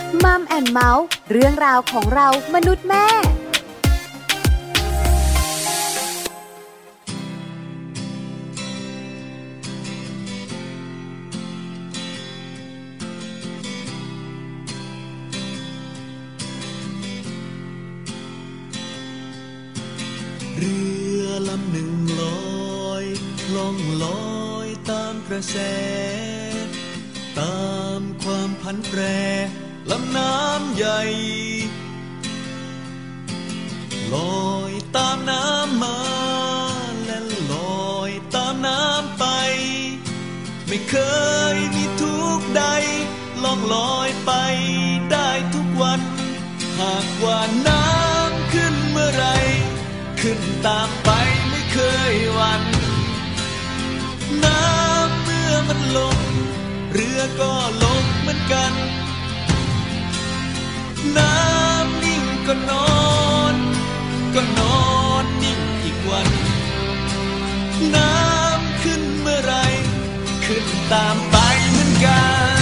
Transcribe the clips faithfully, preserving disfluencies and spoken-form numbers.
มัมแอนด์เมาส์เรื่องราวของเรามนุษย์แม่เรือลำหนึ่งลอยล่องลอยตามกระแสตามความพันแปรลำน้ำใหญ่ลอยตามน้ำมาและลอยตามน้ำไปไม่เคยมีทุกข์ใดล่องลอยไปได้ทุกวันหากว่าน้ำขึ้นเมื่อไรขึ้นตามไปไม่เคยหวั่นน้ำเมื่อมันลงเรือก็ลงเหมือนกันน้ำนิ่งก็นอนก็นอนนิ่งอีกวันน้ำขึ้นเมื่อไรขึ้นตามไปเหมือนกัน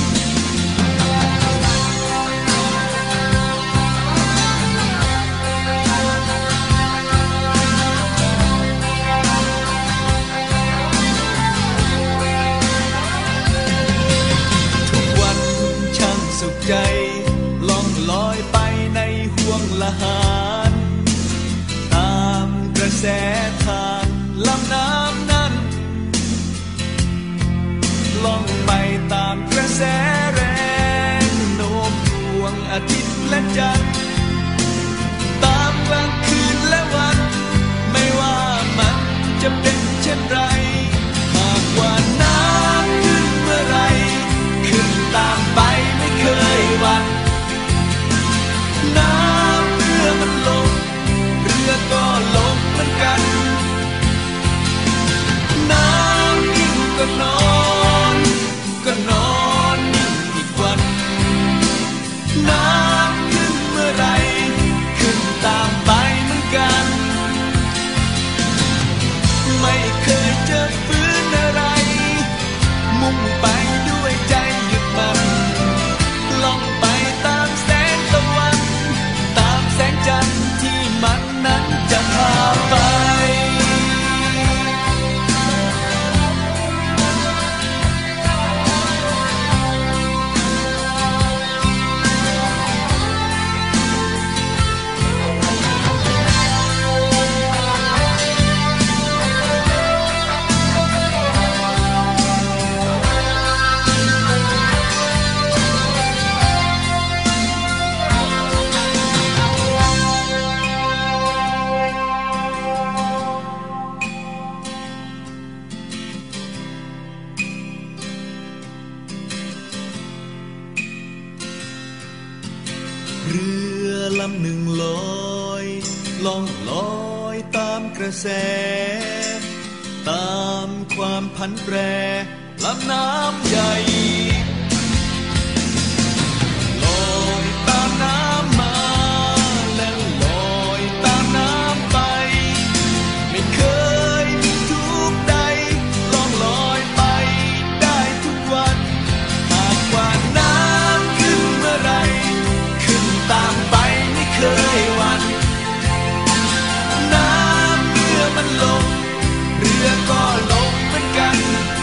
สุขใจล่องลอยไปในห่วงละหารตามกระแสทางลำน้ำนั้นล่องไปตามกระแสแรงโน้มดวงอาทิตย์และจันทร์ตามกลางคืนและวันไม่ว่ามันจะเป็นเช่นไรหากว่าน้ำขึ้นเมื่อไรขึ้นตามไปไม่เคยหวั่นน้ำเมื่อมันลงเรือก็ลงเหมือนกันน้ำนิ่งก็นอนก็นอนนิ่งอีกวันน้ำขึ้นเมื่อไรขึ้นตามไปเหมือนกันไม่เคยเจอฟื้นอะไรมุ่งไปด้วยใจหยุดมันล่องไปตามแสงตะวันตามแสงจันทร์ที่มันนั้นจะพาไปเรือลำหนึ่งลอยล่องลอยตามกระแสตามความพันแปรลำน้ำใหญ่ลอยตามน้ำมาและลอยตามน้ำไปไม่เคยมีทุกข์ใดล่องลอยไปได้ทุกวันหากว่าน้ำขึ้นเมื่อไรตามไปไม่เคยหวั่นน้ำเมื่อมันลงเรือก็ลงเหมือนกัน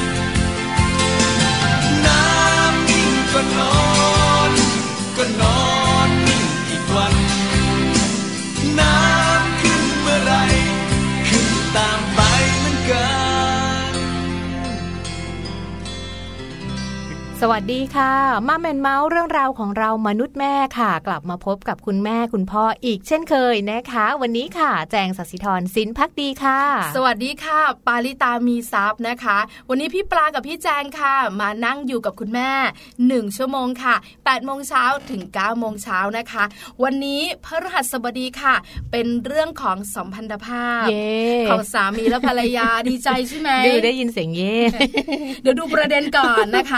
น้ำนิ่งก็นอนก็นอนนิ่งอีกวันน้ำขึ้นเมื่อไรขึ้นตามไปเหมือนกันสวัสดีค่ะมัมแอนด์เมาส์เรื่องราวของเรามนุษย์แม่ค่ะกลับมาพบกับคุณแม่คุณพ่ออีกเช่นเคยนะคะวันนี้ค่ะแจงศักดิ์สิธรสินภักดีค่ะสวัสดีค่ะปาริตามีทรัพย์นะคะวันนี้พี่ปลากับพี่แจงค่ะมานั่งอยู่กับคุณแม่หนึ่งชั่วโมงค่ะ แปดโมงเช้าถึง เก้าโมงเช้านะคะวันนี้พฤหัสบดีค่ะเป็นเรื่องของสัมพันธภาพของสามีและภรรยาดีใจใช่ไหมดูได้ยินเสียงเย่เดี๋ยวดูประเด็นก่อนนะคะไม่แน่ใจ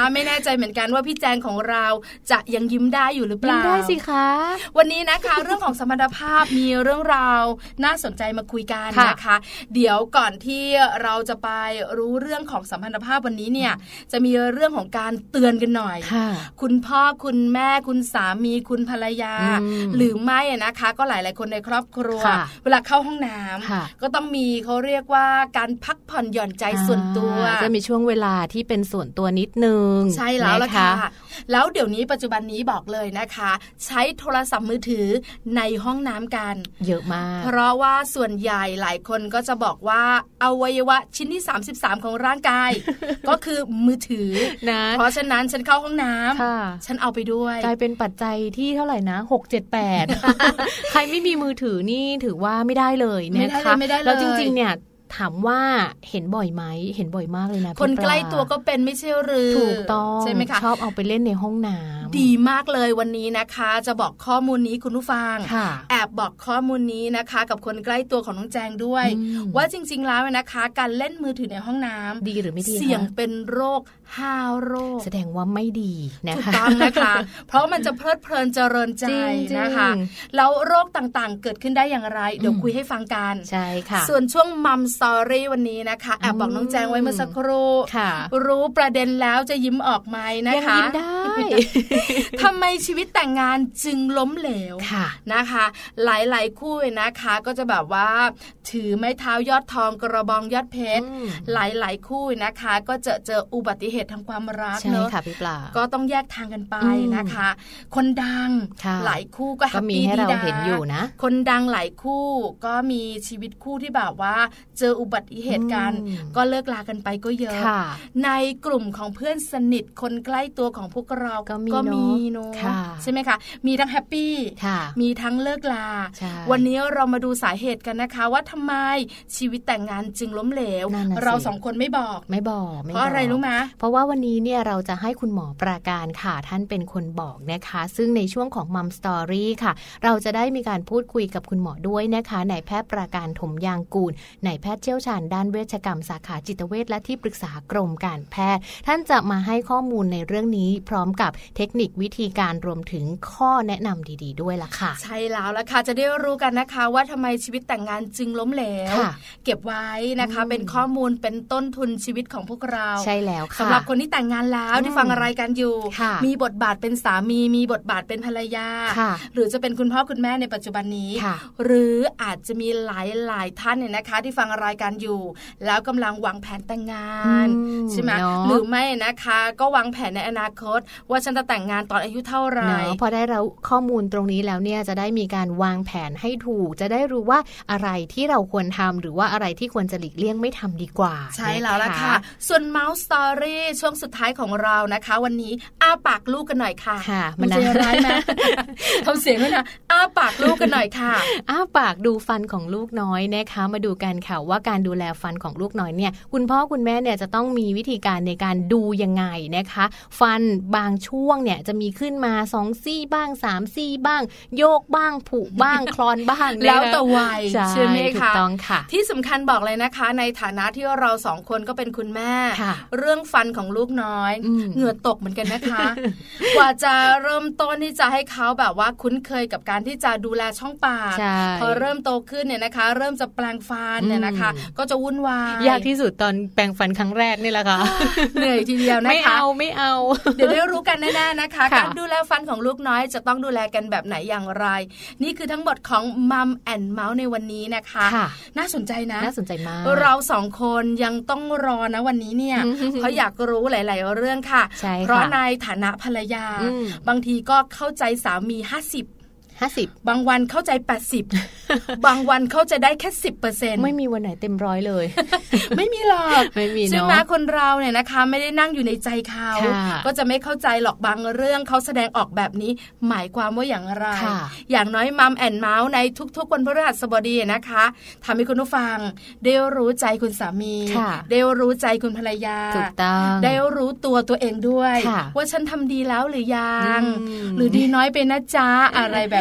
ใจเหมือนกันว่าพี่แจงของเราจะยังยิ้มได้อยู่หรือเปล่ายิ้มได้สิคะวันนี้นะคะเรื่องของสมรรถภาพมีเรื่องราวน่าสนใจมาคุยกันนะคะเดี๋ยวก่อนที่เราจะไปรู้เรื่องของสัมพันธภาพวันนี้เนี่ยจะมีเรื่องของการเตือนกันหน่อยคุณพ่อคุณแม่คุณสามีคุณภรรยาหรือไม่นะคะก็หลายๆคนในครอบครัวเวลาเข้าห้องน้ำก็ต้องมีเขาเรียกว่าการพักผ่อนหย่อนใจส่วนตัวจะมีช่วงเวลาที่เป็นส่วนตัวนิดนึงใช่แล้วล่ะค่ะแล้วเดี๋ยวนี้ปัจจุบันนี้บอกเลยนะคะใช้โทรศัพท์มือถือในห้องน้ำกันเยอะมากเพราะว่าส่วนใหญ่หลายคนก็จะบอกว่าอวัยวะชิ้นที่สามสิบสามของร่างกาย ก็คือมือถือนะเพราะฉะนั้นฉันเข้าห้องน้ำฉันเอาไปด้วยกลายเป็นปัจจัยที่เท่าไหร่นะหก เจ็ด แปด ใครไม่มีมือถือนี่ถือว่าไม่ได้เลยนะคะแล้วจริงๆเนี่ยถามว่าเห็นบ่อยไหมเห็นบ่อยมากเลยนะคนใกล้ตัวก็เป็นไม่ใช่หรือถูกต้องใช่ไหมคะชอบเอาไปเล่นในห้องน้ำดีมากเลยวันนี้นะคะจะบอกข้อมูลนี้คุณผู้ฟังแอบบอกข้อมูลนี้นะคะกับคนใกล้ตัวของน้องแจงด้วยว่าจริงๆแล้วนะคะการเล่นมือถือในห้องน้ำดีหรือไม่ดีเสี่ยงเป็นโรคห้าโรคแสดงว่าไม่ดีนะคะถูกต้องนะคะเพราะมันจะเพลิดเพลินเจริญใจนะคะแล้วโรคต่างๆเกิดขึ้นได้อย่างไรเดี๋ยวคุยให้ฟังกันใช่ค่ะส่วนช่วงมัมสตอรี่วันนี้นะคะแอบบอกน้องแจงไว้เมื่อสักครู่รู้ประเด็นแล้วจะยิ้มออกไหมนะคะยิ้มได้ทำไมชีวิตแต่งงานจึงล้มเหลวนะคะหลายๆคู่นะคะก็จะแบบว่าถือไม้เท้ายอดทองกระบองยอดเพชรหลายๆคู่นะคะก็จะเจออุบัติเหตุทางความรักเนอะก็ต้องแยกทางกันไปนะคะคนดังหลายคู่ก็แฮปปี้ดีดาคนดังหลายคู่ก็มีชีวิตคู่ที่แบบว่าเจออุบัติเหตุกันก็เลิกลากันไปก็เยอะในกลุ่มของเพื่อนสนิทคนใกล้ตัวของพวกเราก็มีเนาะใช่ไหมคะมีทั้งแฮปปี้มีทั้งเลิกลาวันนี้เรามาดูสาเหตุกันนะคะว่าทำไมชีวิตแต่งงานจึงล้มเหลวเราสองคนไม่บอกไม่บอกเพราะอะไรรู้ไหมเพราะว่าวันนี้เนี่ยเราจะให้คุณหมอปราการค่ะท่านเป็นคนบอกนะคะซึ่งในช่วงของมัมสตอรี่ค่ะเราจะได้มีการพูดคุยกับคุณหมอด้วยนะคะนายแพทย์ปราการถมยางกูลนายแพทย์เชี่ยวชาญด้านเวชกรรมสาขาจิตเวชและที่ปรึกษากรมการแพทย์ท่านจะมาให้ข้อมูลในเรื่องนี้พร้อมกับเทคนิควิธีการรวมถึงข้อแนะนำดีๆด้วยล่ะค่ะใช่แล้วล่ะค่ะจะได้รู้กันนะคะว่าทำไมชีวิตแต่งงานจึงล้มเหลวเก็บไว้นะคะเป็นข้อมูลเป็นต้นทุนชีวิตของพวกเราใช่แล้วค่ะสำหรับคนที่แต่งงานแล้วที่ฟังอะไรกันอยู่มีบทบาทเป็นสามีมีบทบาทเป็นภรรยาหรือจะเป็นคุณพ่อคุณแม่ในปัจจุบันนี้หรืออาจจะมีหลายหลายท่านเนี่ยนะคะที่ฟังรายการอยู่แล้วกำลังวางแผนแต่งงานใช่ไหมหรือไม่นะคะก็วางแผนในอนาคตว่าฉันจะแต่งงานตอนอายุเท่าไหร่พอได้แล้วข้อมูลตรงนี้แล้วเนี่ยจะได้มีการวางแผนให้ถูกจะได้รู้ว่าอะไรที่เราควรทำหรือว่าอะไรที่ควรจะหลีกเลี่ยงไม่ทำดีกว่าใช่แล้วล่ะค่ะส่วน Mouse Story ช่วงสุดท้ายของเรานะคะวันนี้อ้าปากลูกกันหน่อยค่ะค่ะมันจะร้ายไหมทำเสียงด้วยนะอ้าปากลูกกันหน่อยค่ะอ้าปากดูฟันของลูกน้อยนะคะมาดูกันค่ะว่าการดูแลฟันของลูกน้อยเนี่ยคุณพ่อคุณแม่เนี่ยจะต้องมีวิธีการในการดูยังไงนะคะฟันบางช่วงเนี่ยจะมีขึ้นมาสองซี่บ้างสามซี่บ้างโยกบ้างผุบ้างคลอนบ้างแล้วแต่วัยใช่ไหมคะถูกต้องค่ะที่สำคัญบอกเลยนะคะในฐานะที่เราสองคนก็เป็นคุณแม่เรื่องฟันของลูกน้อยเหงื่อตกเหมือนกันนะคะกว่าจะเริ่มต้นที่จะให้เขาแบบว่าคุ้นเคยกับการที่จะดูแลช่องปากพอเริ่มโตขึ้นเนี่ยนะคะเริ่มจะแปรงฟันเนี่ยนะคะก็จะวุ่นวายยากที่สุดตอนแปรงฟันครั้งแรกนี่แหละค่ะเหนื่อยทีเดียวนะคะไม่เอาไม่เอาเดี๋ยวได้รู้กันแน่ๆนะคะการดูแลฟันของลูกน้อยจะต้องดูแลกันแบบไหนอย่างไรนี่คือทั้งหมดของมัมแอนด์เมาส์ในวันนี้นะคะน่าสนใจนะน่าสนใจมากเราสองคนยังต้องรอนะวันนี้เนี่ยเพราะอยากรู้หลายๆเรื่องค่ะเพราะในฐานะภรรยาบางทีก็เข้าใจสามีห้าสิบห้าสิบบางวันเข้าใจแปดสิบบางวันเข้าใจได้แค่ สิบเปอร์เซ็นต์ไม่มีวันไหนเต็มร้อยเลยไม่มีหรอกไม่มีเนาะใช่ไหมคนเราเนี่ยนะคะไม่ได้นั่งอยู่ในใจเขาก็จะไม่เข้าใจหรอกบางเรื่องเขาแสดงออกแบบนี้หมายความว่าอย่างไรอย่างน้อยมัมแอนด์เมาส์ในทุกๆวันพฤหัสบดีนะคะทำให้คุณผู้ฟังได้รู้ใจคุณสามีได้รู้ใจคุณภรรยาถูกต้องได้รู้ตัวตัวเองด้วยว่าฉันทำดีแล้วหรือยังหรือดีน้อยไปนะจ๊ะอะไรแบบ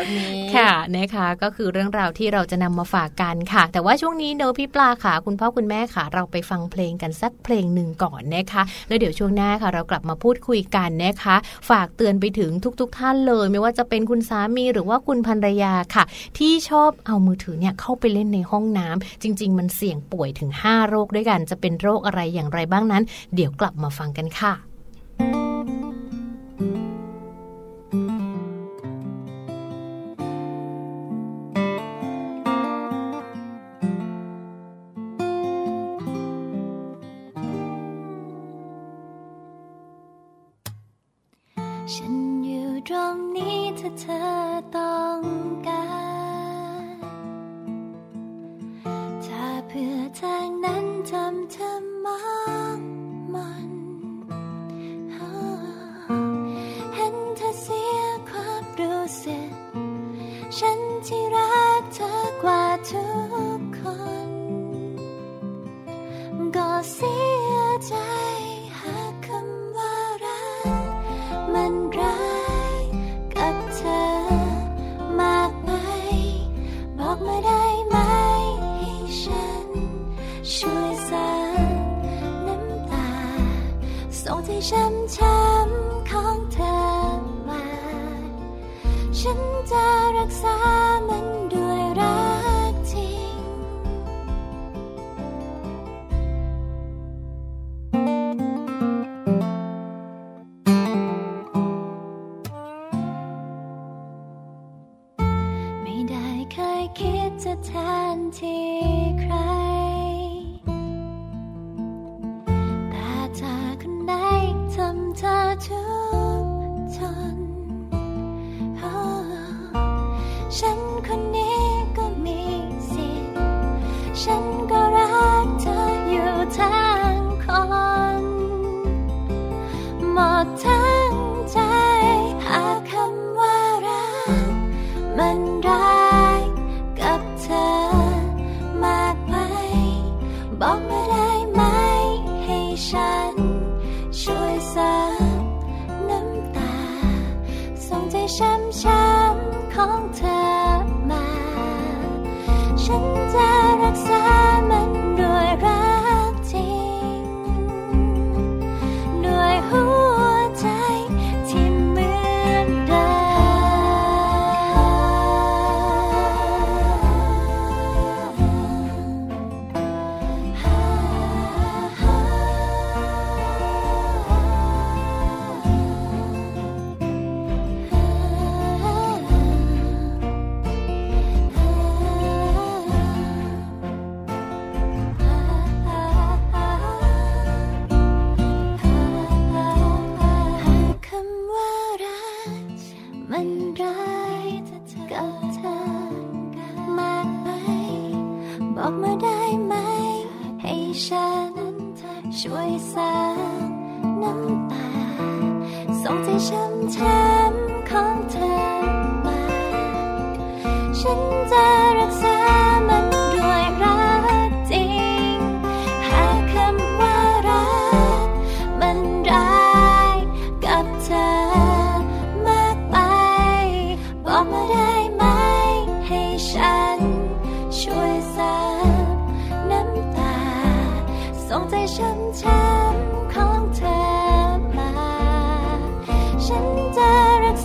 นี้ค่ะนะคะก็คือเรื่องราวที่เราจะนำมาฝากกันค่ะแต่ว่าช่วงนี้เนอะพี่ปลาค่ะคุณพ่อคุณแม่ค่ะเราไปฟังเพลงกันสักเพลงหนึ่งก่อนนะคะแล้วเดี๋ยวช่วงหน้าค่ะเรากลับมาพูดคุยกันนะคะฝากเตือนไปถึงทุกๆ ท่านเลยไม่ว่าจะเป็นคุณสามีหรือว่าคุณภรรยาค่ะที่ชอบเอามือถือเนี่ยเข้าไปเล่นในห้องน้ำจริงๆมันเสี่ยงป่วยถึงห้าโรคด้วยกันจะเป็นโรคอะไรอย่างไรบ้างนั้นเดี๋ยวกลับมาฟังกันค่ะฉันอยู่ตรงนี้ถ้าเธอต้องการถ้าเพื่อทางนั้นทำเธอมองมันเห็นเธอเสียความรู้สึกฉันที่รักเธอกว่าทุกคนก็เสียใจหากคำว่ารักมันร้ายกับเธอมากไปบอกมาได้ไหมให้ฉันช่วยซับน้ำตาส่งที่ช้ำๆของเธอมาฉันจะรักษามันด้วยรักจริงไม่ได้เคยคิดจะแทนที่ใครแต่ถ้าคนไหนทำเธอทุกข์ทนฉันคนนี้ก็มีสิทธิ์ฉันก็รักเธออยู่ทั้งคนหมดทั้งใจหากคำว่ารักมันร้ายกับเธอมากไปบอกมาได้ไหมให้ฉันช่วยซับน้ำตาส่งใจช้ำๆของเธอมาฉันจะรักษามันด้วยรักจริงด้วยหัวใจที่เหมือนเดิมันร้ายกับเธอมากไปบอกมาได้ไหมให้ฉันช่วยซับน้ำตาส่งใจช้ำๆของเธอมาฉันจะรักษามันด้วยรักจริงหากคำว่ารักมันร้ายกับเธอบอกมาได้ไหมให้ฉันช่วยซับน้ำตาส่งใจช้ำๆของเธอมาฉันจะรัก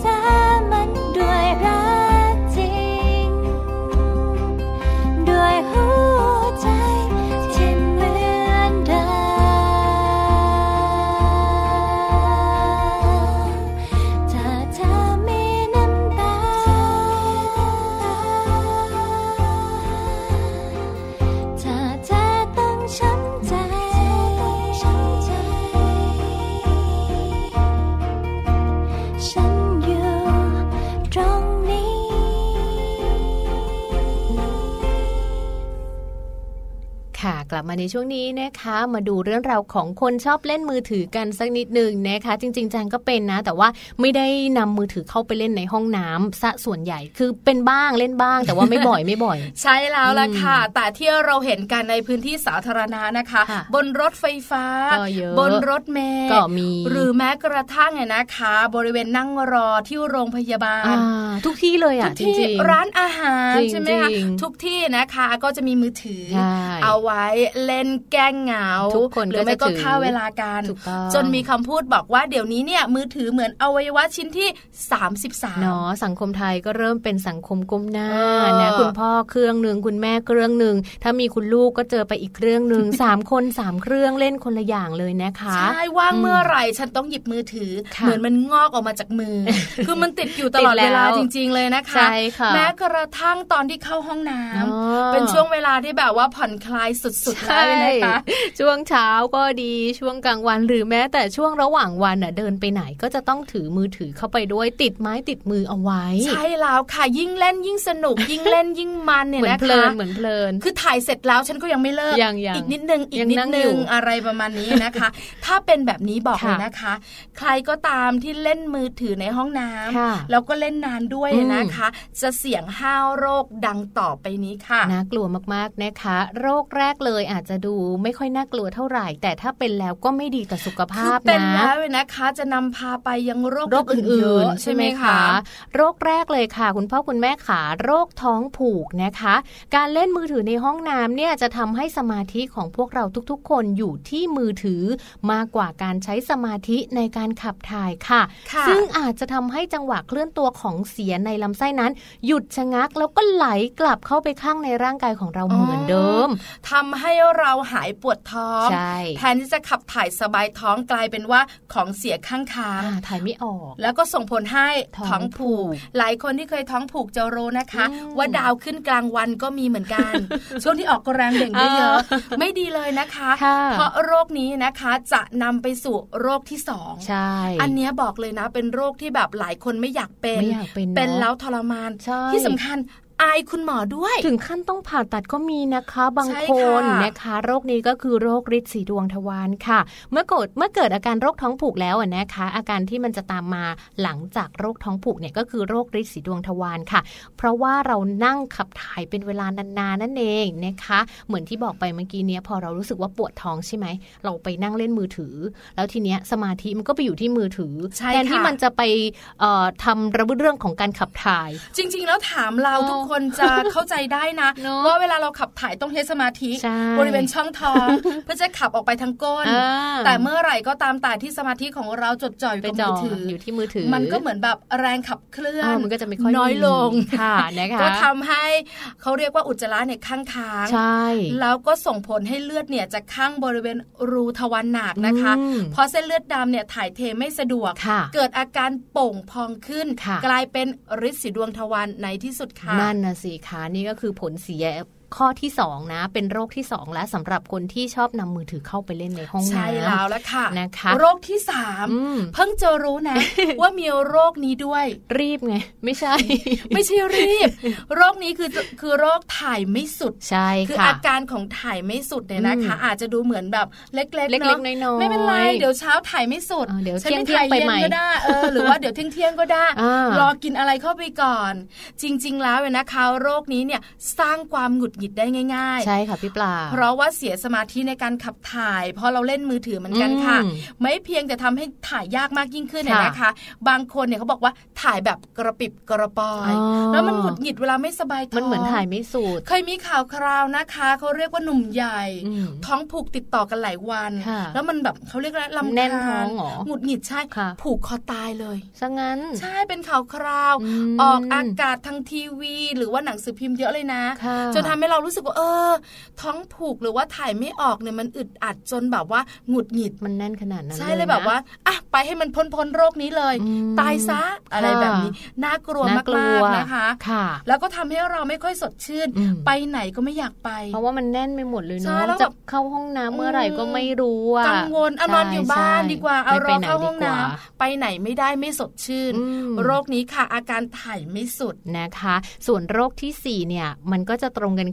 กลับมาในช่วงนี้นะคะมาดูเรื่องราวของคนชอบเล่นมือถือกันสักนิดนึงนะคะจริงๆแจงก็เป็นนะแต่ว่าไม่ได้นำมือถือเข้าไปเล่นในห้องน้ำซะส่วนใหญ่คือเป็นบ้างเล่นบ้างแต่ว่าไม่บ่อยไม่บ่อยใช่แล้วล่ะค่ะแต่ที่เราเห็นกันในพื้นที่สาธารณะนะคะบนรถไฟฟ้าบนรถเมล์ก็มีหรือแม้กระทั่งเนี่ยนะคะบริเวณนั่งรอที่โรงพยาบาลทุกที่เลยอ่ะจริงๆร้านอาหารใช่ไหมคะทุกที่นะคะก็จะมีมือถือเอาไว้เล่นแก้เหงาหรือไม่ก็ฆ่าเวลากันจนมีคำพูดบอกว่าเดี๋ยวนี้เนี่ยมือถือเหมือนอวัยวะชิ้นที่สามสิบสามเนาะสังคมไทยก็เริ่มเป็นสังคมก้มหน้านะคุณพ่อเครื่องนึงคุณแม่เครื่องนึงถ้ามีคุณลูกก็เจอไปอีกเครื่องนึง สามคนสามเครื่องเล่นคนละอย่างเลยนะคะใช่ว่างเมื่อไหร่ฉันต้องหยิบมือถือเหมือนมันงอกออกมาจากมือ คือมันติดอยู่ตลอดเวลาจริงๆเลยนะคะแม้กระทั่งตอนที่เข้าห้องน้ำเป็นช่วงเวลาที่แบบว่าผ่อนคลายสุดๆเลยนะคะช่วงเช้าก็ดีช่วงกลางวันหรือแม้แต่ช่วงระหว่างวันน่ะเดินไปไหนก็จะต้องถือมือถือเข้าไปด้วยติดไม้ติดมือเอาไว้ใช่แล้วค่ะยิ่งเล่นยิ่งสนุกยิ่งเล่นยิ่งมันเนี่ยนะคะเหมือนเพลินเหมือนเพลินคือถ่ายเสร็จแล้วฉันก็ยังไม่เลิกอีกนิดนึงอีกนิดนึงอะไรประมาณนี้นะคะ ถ้าเป็นแบบนี้บอกเลยนะคะใครก็ตามที่เล่นมือถือในห้องน้ำแล้วก็เล่นนานด้วยนะคะจะเสี่ยงห้าวโรคดังต่อไปนี้ค่ะน่ากลัวมากๆนะคะโรคแรกเลยอาจจะดูไม่ค่อยน่ากลัวเท่าไหร่แต่ถ้าเป็นแล้วก็ไม่ดีต่อสุขภาพนะเป็นแล้วนะคะจะนำพาไปยังโรคอื่นๆใช่ไหมคะโรคแรกเลยค่ะคุณพ่อคุณแม่ขาโรคท้องผูกนะคะการเล่นมือถือในห้องน้ำเนี่ยจะทำให้สมาธิของพวกเราทุกๆคนอยู่ที่มือถือมากกว่าการใช้สมาธิในการขับถ่ายค่ะซึ่งอาจจะทำให้จังหวะเคลื่อนตัวของเสียในลำไส้นั้นหยุดชะงักแล้วก็ไหลกลับเข้าไปข้างในร่างกายของเราเหมือนเดิมทำให้เราหายปวดท้องแทนที่จะขับถ่ายสบายท้องกลายเป็นว่าของเสียข้างค้างถ่ายไม่ออกแล้วก็ส่งผลให้ท้องผูกหลายคนที่เคยท้องผูกจะรู้นะคะว่าดาวขึ้นกลางวันก็มีเหมือนกันช่วงที่ออกแรงเบ่งเยอะๆไม่ดีเลยนะคะเพราะโรคนี้นะคะจะนำไปสู่โรคที่สองใช่อันนี้บอกเลยนะเป็นโรคที่แบบหลายคนไม่อยากเป็นเป็นแล้วทรมานที่สำคัญอายคุณหมอด้วยถึงขั้นต้องผ่าตัดก็มีนะคะบางคนนะคะโรคนี้ก็คือโรคฤทธิ์สีดวงทวารค่ะเมื่อเกิดเมื่อเกิดอาการโรคท้องผูกแล้วนะคะอาการที่มันจะตามมาหลังจากโรคท้องผูกเนี่ยก็คือโรคฤทธิ์สีดวงทวารค่ะเพราะว่าเรานั่งขับถ่ายเป็นเวลานานๆนั่นเองนะคะเหมือนที่บอกไปเมื่อกี้เนี้ยพอเรารู้สึกว่าปวดท้องใช่ไหมเราไปนั่งเล่นมือถือแล้วทีเนี้ยสมาธิมันก็ไปอยู่ที่มือถือแทนที่มันจะไปเอ่อทำระบบเรื่องของการขับถ่ายจริงๆแล้วถามเราทุกคนจะเข้าใจได้นะ ว่าเวลาเราขับถ่ายต้องใช้สมาธิบริเวณช่องท้องเพื่อจะขับออกไปทางก้นแต่เมื่อไหร่ก็ตามแต่ที่สมาธิของเราจดจ่ออยู่กับมือถืออยู่ที่มือถือมันก็เหมือนแบบแรงขับเคลื่อนมันก็จะไม่ค่อยน้อยลงค่ะนะคะก็ทำให้เขาเรียกว่าอุจจาระเนี่ยข้างค้างใช่แล้วก็ส่งผลให้เลือดเนี่ยจะข้างบริเวณรูทวารหนักนะคะพอเส้นเลือดดำเนี่ยถ่ายเทไม่สะดวกเกิดอาการโป่งพองขึ้นกลายเป็นฤทธิ์สีดวงทวารในที่สุดค่ะนั่นน่ะสิคะนี่ก็คือผลเสียข้อที่สองนะเป็นโรคที่สองและสำหรับคนที่ชอบนำมือถือเข้าไปเล่นในห้องน้ำใช่แล้วละค่ะนะคะโรคที่สามเพิ่งจะรู้นะ ว่ามีโรคนี้ด้วยรีบไงไม่ใช่ไม่ใช่รีบโรคนี้คือคือโรคถ่ายไม่สุดใช่ค่ะคืออาการของถ่ายไม่สุดเนี่ยนะคะอาจจะดูเหมือนแบบเล็กๆเนาะเล็กๆน้อยๆไม่เป็นไรเดี๋ยวเช้าถ่ายไม่สุดเดี๋ยวเที่ยงเที่ยงไปใหม่ก็ได้เออหรือว่าเดี๋ยวเที่ยงเที่ยงก็ได้รอกินอะไรเข้าไปก่อนจริงๆแล้วเนี่ยนะคะโรคนี้เนี่ยสร้างความหงุดหงิดได้ง่ายๆใช่ค่ะพี่ปลาเพราะว่าเสียสมาธิในการขับถ่ายเพราะเราเล่นมือถือเหมือนกันค่ะไม่เพียงแต่ทำให้ถ่ายยากมากยิ่งขึ้นเนี่ยนะคะบางคนเนี่ยเขาบอกว่าถ่ายแบบกระปิบกระปอยแล้วมันหงุดหงิดเวลาไม่สบายท้องมันเหมือนถ่ายไม่สุดเคยมีข่าวคราวนะคะเขาเรียกว่าหนุ่มใหญ่ท้องผูกติดต่อกันหลายวันแล้วมันแบบเขาเรียกว่าลำแน่นท้องหงุดหงิดใช่ผูกคอตายเลยซะงั้นใช่เป็นข่าวคราวออกอากาศทางทีวีหรือว่าหนังสือพิมพ์เยอะเลยนะจนทำให้เรารู้สึกว่าเออท้องผูกหรือว่าถ่ายไม่ออกเนี่ยมันอึดอัดจนแบบว่าหงุดหงิดมันแน่นขนาดนั้นใช่เลยแบบว่าอ่ะไปให้มันพ้นพ้นโรคนี้เลยตายซะอะไรแบบนี้น่ากลัวมากๆนะคะแล้วก็ทำให้เราไม่ค่อยสดชื่นไปไหนก็ไม่อยากไปเพราะว่ามันแน่นไปหมดเลยเนาะจะเข้าห้องน้ำเมื่อไหร่ก็ไม่รู้อ่ะกังวลเอานอนอยู่บ้านดีกว่าเอารอเข้าห้องน้ำไปไหนไม่ได้ไม่สดชื่นโรคนี้ค่ะอาการถ่ายไม่สุดนะคะส่วนโรคที่สี่เนี่ยมันก็จะตรงกัน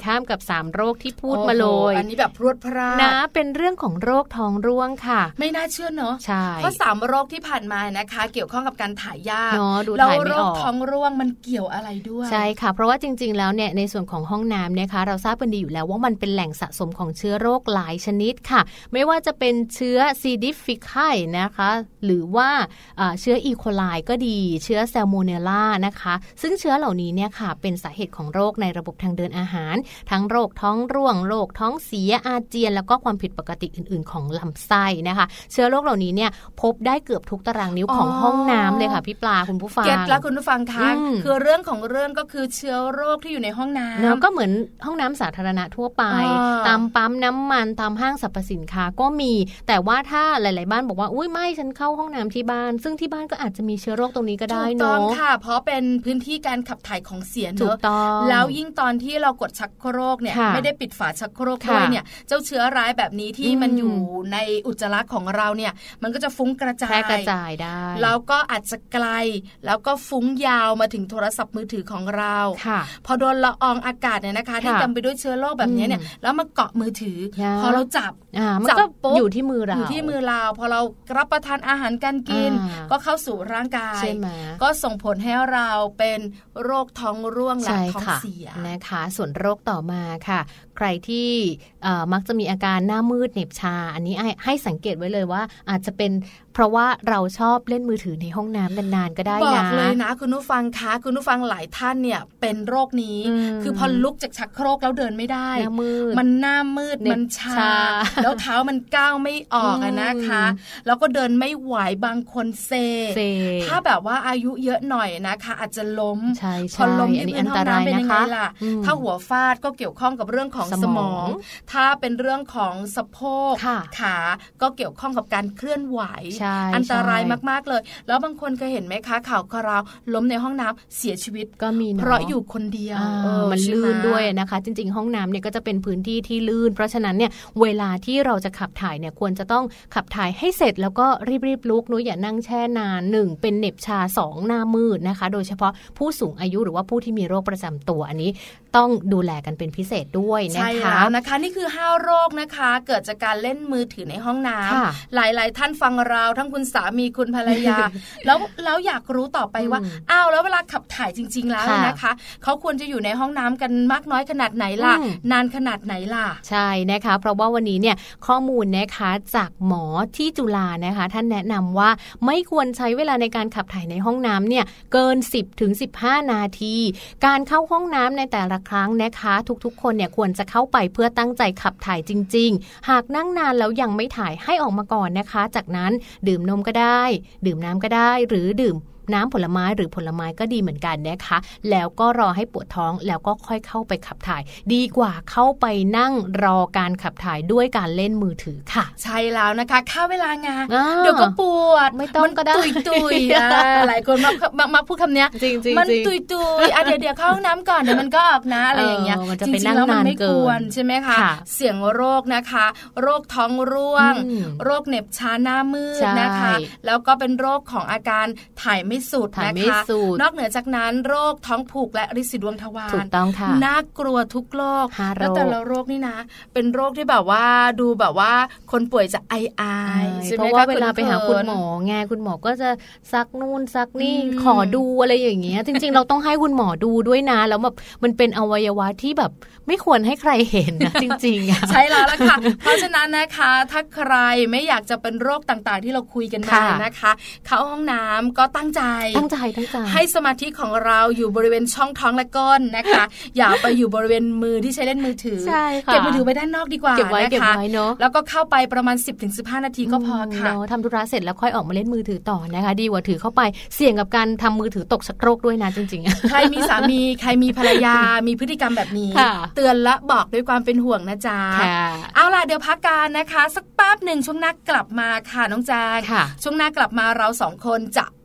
ข้ามกับสามโรคที่พูดมาเลยอันนี้แบบพรวดพราดนะเป็นเรื่องของโรคท้องร่วงค่ะไม่น่าเชื่อเนาะใช่เพราะสามโรคที่ผ่านมานะคะเกี่ยวข้องกับการถ่ายยากเนาะดูแล้วถ่ายไม่ออกโรคท้องร่วงมันเกี่ยวอะไรด้วยใช่ค่ะเพราะว่าจริงๆแล้วเนี่ยในส่วนของห้องน้ำนะคะเราทราบกันดีอยู่แล้วว่ามันเป็นแหล่งสะสมของเชื้อโรคหลายชนิดค่ะไม่ว่าจะเป็นเชื้อซีดิฟิไคนะคะหรือว่าเชื้ออีโคไลก็ดีเชื้อแซลโมเนลล่านะคะซึ่งเชื้อเหล่านี้เนี่ยค่ะเป็นสาเหตุของโรคในระบบทางเดินอาหารทั้งโรคท้องร่วงโรคท้องเสียอาเจียนแล้วก็ความผิดปกติอื่นๆของลำไส้นะคะเชื้อโรคเหล่านี้เนี่ยพบได้เกือบทุกตารางนิ้วของห้องน้ำเลยค่ะพี่ปลาคุณผู้ฟังเก็ตแล้วคุณผู้ฟังคะคือเรื่องของเรื่องก็คือเชื้อโรคที่อยู่ในห้องน้ำแล้วก็เหมือนห้องน้ำสาธารณะทั่วไปตามปั๊มน้ำมันตามห้างสรรพสินค้าก็มีแต่ว่าถ้าหลายๆบ้านบอกว่าอุ้ยไม่ฉันเข้าห้องน้ำที่บ้านซึ่งที่บ้านก็อาจจะมีเชื้อโรคตรงนี้ก็ได้เนาะถูกต้องค่ะเพราะเป็นพื้นที่การขับถ่ายของเสียเนอะแล้วยิ่งตอนที่เรากดชักโครกเนี่ยไม่ได้ปิดฝาชักโครกด้วยเนี่ยเจ้าเชื้อร้ายแบบนี้ที่มันอยู่ในอุจจาระของเราเนี่ยมันก็จะฟุ้งกระจายแพร่กระจายได้แล้วก็อาจจะไกลแล้วก็ฟุ้งยาวมาถึงโทรศัพท์มือถือของเราพอโดนละอองอากาศเนี่ยนะคะที่เต็มไปด้วยเชื้อโรคแบบนี้เนี่ยแล้วมาเกาะมือถือพอเราจับจับปุ๊บอยู่ที่มือเราอยู่ที่มือเราพอเรารับประทานอาหารการกินก็เข้าสู่ร่างกายก็ส่งผลให้เราเป็นโรคท้องร่วงและท้องเสียนะคะส่วนโรคต่อมาค่ะใครที่มักจะมีอาการหน้ามืดเหน็บชาอันนี้ให้สังเกตไว้เลยว่าอาจจะเป็นเพราะว่าเราชอบเล่นมือถือในห้องน้ำนานๆก็ได้นะบอกเลยนะคุณผู้ฟังคะคุณผู้ฟังหลายท่านเนี่ยเป็นโรคนี้คือพอลุกจากชักโครกแล้วเดินไม่ได้มันหน้ามืดมันชาแล้วเท้ามันก้าวไม่ออกนะคะแล้วก็เดินไม่ไหวบางคนเซถ้าแบบว่าอายุเยอะหน่อยนะคะอาจจะล้มพอล้มที่พื้นห้องน้ำเป็นยังไงล่ะถ้าหัวฟาดก็เกี่ยวข้องกับเรื่องของสมองถ้าเป็นเรื่องของสะโพกขาก็เกี่ยวข้องกับการเคลื่อนไหวอันตรายมากๆเลยแล้วบางคนเคยเห็นไหมคะข่าวคราวล้มในห้องน้ำเสียชีวิตก็มีเพราะอยู่คนเดียวมันลื่นด้วยนะคะจริงๆห้องน้ำเนี่ยก็จะเป็นพื้นที่ที่ลื่นเพราะฉะนั้นเนี่ยเวลาที่เราจะขับถ่ายเนี่ยควรจะต้องขับถ่ายให้เสร็จแล้วก็รีบๆลุกนุ้ยอย่านั่งแช่นานหนึ่งเป็นเหน็บชาสองหน้ามืดนะคะโดยเฉพาะผู้สูงอายุหรือว่าผู้ที่มีโรคประจำตัวอันนี้ต้องดูแลกันเป็นพิเศษด้วยนะคะใช่แล้วนะคะนี่คือห้าโรคนะคะเกิดจากการเล่นมือถือในห้องน้ำหลายๆท่านฟังเราทั้งคุณสามีคุณภรรยา แล้วแล้วอยากรู้ต่อไปว่าอ้าวแล้วเวลาขับถ่ายจริงๆแล้วนะคะเขาควรจะอยู่ในห้องน้ำกันมากน้อยขนาดไหนล่ะนานขนาดไหนล่ะใช่นะคะเพราะว่าวันนี้เนี่ยข้อมูลนะคะจากหมอที่จุฬานะคะท่านแนะนำว่าไม่ควรใช้เวลาในการขับถ่ายในห้องน้ำเนี่ยเกิน สิบถึงสิบห้า นาทีการเข้าห้องน้ำในแต่ละครั้งนะคะทุกๆคนเนี่ยควรจะเข้าไปเพื่อตั้งใจขับถ่ายจริงๆหากนั่งนานแล้วยังไม่ถ่ายให้ออกมาก่อนนะคะจากนั้นดื่มนมก็ได้ดื่มน้ำก็ได้หรือดื่มน้ำผลไม้หรือผลไม้ก็ดีเหมือนกันนะคะแล้วก็รอให้ปวดท้องแล้วก็ค่อยเข้าไปขับถ่ายดีกว่าเข้าไปนั่งรอการขับถ่ายด้วยการเล่นมือถือค่ะใช่แล้วนะคะค่าเวลางานเดี๋ยวก็ปวดไม่ต้องก็ได้ตุยๆหลายคนมามาพูดคำนี้มันตุยๆอ่ะเดี๋ยวเดี๋ยวเข้าห้องน้ำก่อนเดี๋ยวมันก็ออกนะอะไรอย่างเงี้ยจริงๆแล้วมันไม่ควรใช่ไหมคะเสี่ยงโรคนะคะโรคท้องร่วงโรคเหน็บชาหน้ามืดนะคะแล้วก็เป็นโรคของอาการถ่ายไม่สุดนะคะนอกเหนือจากนั้นโรคท้องผูกและริดสีดวงทวารถูกต้องค่ะน่ากลัวทุกโรคแล้วแต่ละโรคนี่นะเป็นโรคที่แบบว่าดูแบบว่าคนป่วยจะไออายเพราะว่าเวลาไปหาคุณหมอไงคุณหมอก็จะซักนู่นซักนี่ขอดูอะไรอย่างเงี้ยจริงๆเราต้องให้คุณหมอดูด้วยนะแล้วแบบมันเป็นอวัยวะที่แบบไม่ควรให้ใครเห็นนะจริงๆใช่แล้วล่ะค่ะเพราะฉะนั้นนะคะถ้าใครไม่อยากจะเป็นโรคต่างๆที่เราคุยกันมานะคะเข้าห้องน้ำก็ตั้งใจตั้งใจตั้งใจให้สมาธิของเราอยู่บริเวณช่องท้องและก้นนะคะอย่าไปอยู่บริเวณมือที่ใช้เล่นมือถือเก็บมือถือไว้ด้านนอกดีกว่านะคะแล้วก็เข้าไปประมาณ สิบถึงสิบห้า นาทีก็พอค่ะทำธุระเสร็จแล้วค่อยออกมาเล่นมือถือต่อนะคะดีกว่าถือเข้าไปเสี่ยงกับการทำมือถือตกชักโครกด้วยนะจริงๆใครมีสามีใครมีภรรยามีพฤติกรรมแบบนี้เตือนและบอกด้วยความเป็นห่วงนะจ๊ะเอาล่ะเดี๋ยวพักกันนะคะสักแป๊บหนึ่งช่วงหน้ากลับมาค่ะน้องแจงช่วงหน้ากลับมาเราสองคนจะพ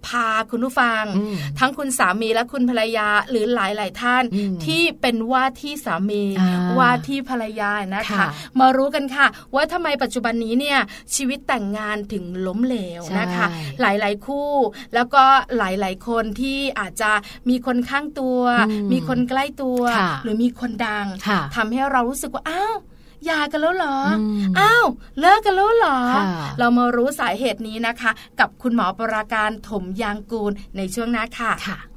พาคุณผู้ฟังทั้งคุณสามีและคุณภรรยาหรือหลายๆท่านที่เป็นว่าที่สามีว่าที่ภรรยานะคะมารู้กันค่ะว่าทำไมปัจจุบันนี้เนี่ยชีวิตแต่งงานถึงล้มเหลวนะคะหลายๆคู่แล้วก็หลายๆคนที่อาจจะมีคนข้างตัวมีคนใกล้ตัวหรือมีคนดังทำให้เรารู้สึกว่าอ้าวหย่ากันแล้วเหรออ้าวเลิกกันแล้วเหรอเรามารู้สาเหตุนี้นะคะกับคุณหมอปราการถมยางกูลในช่วงหน้าค่ะ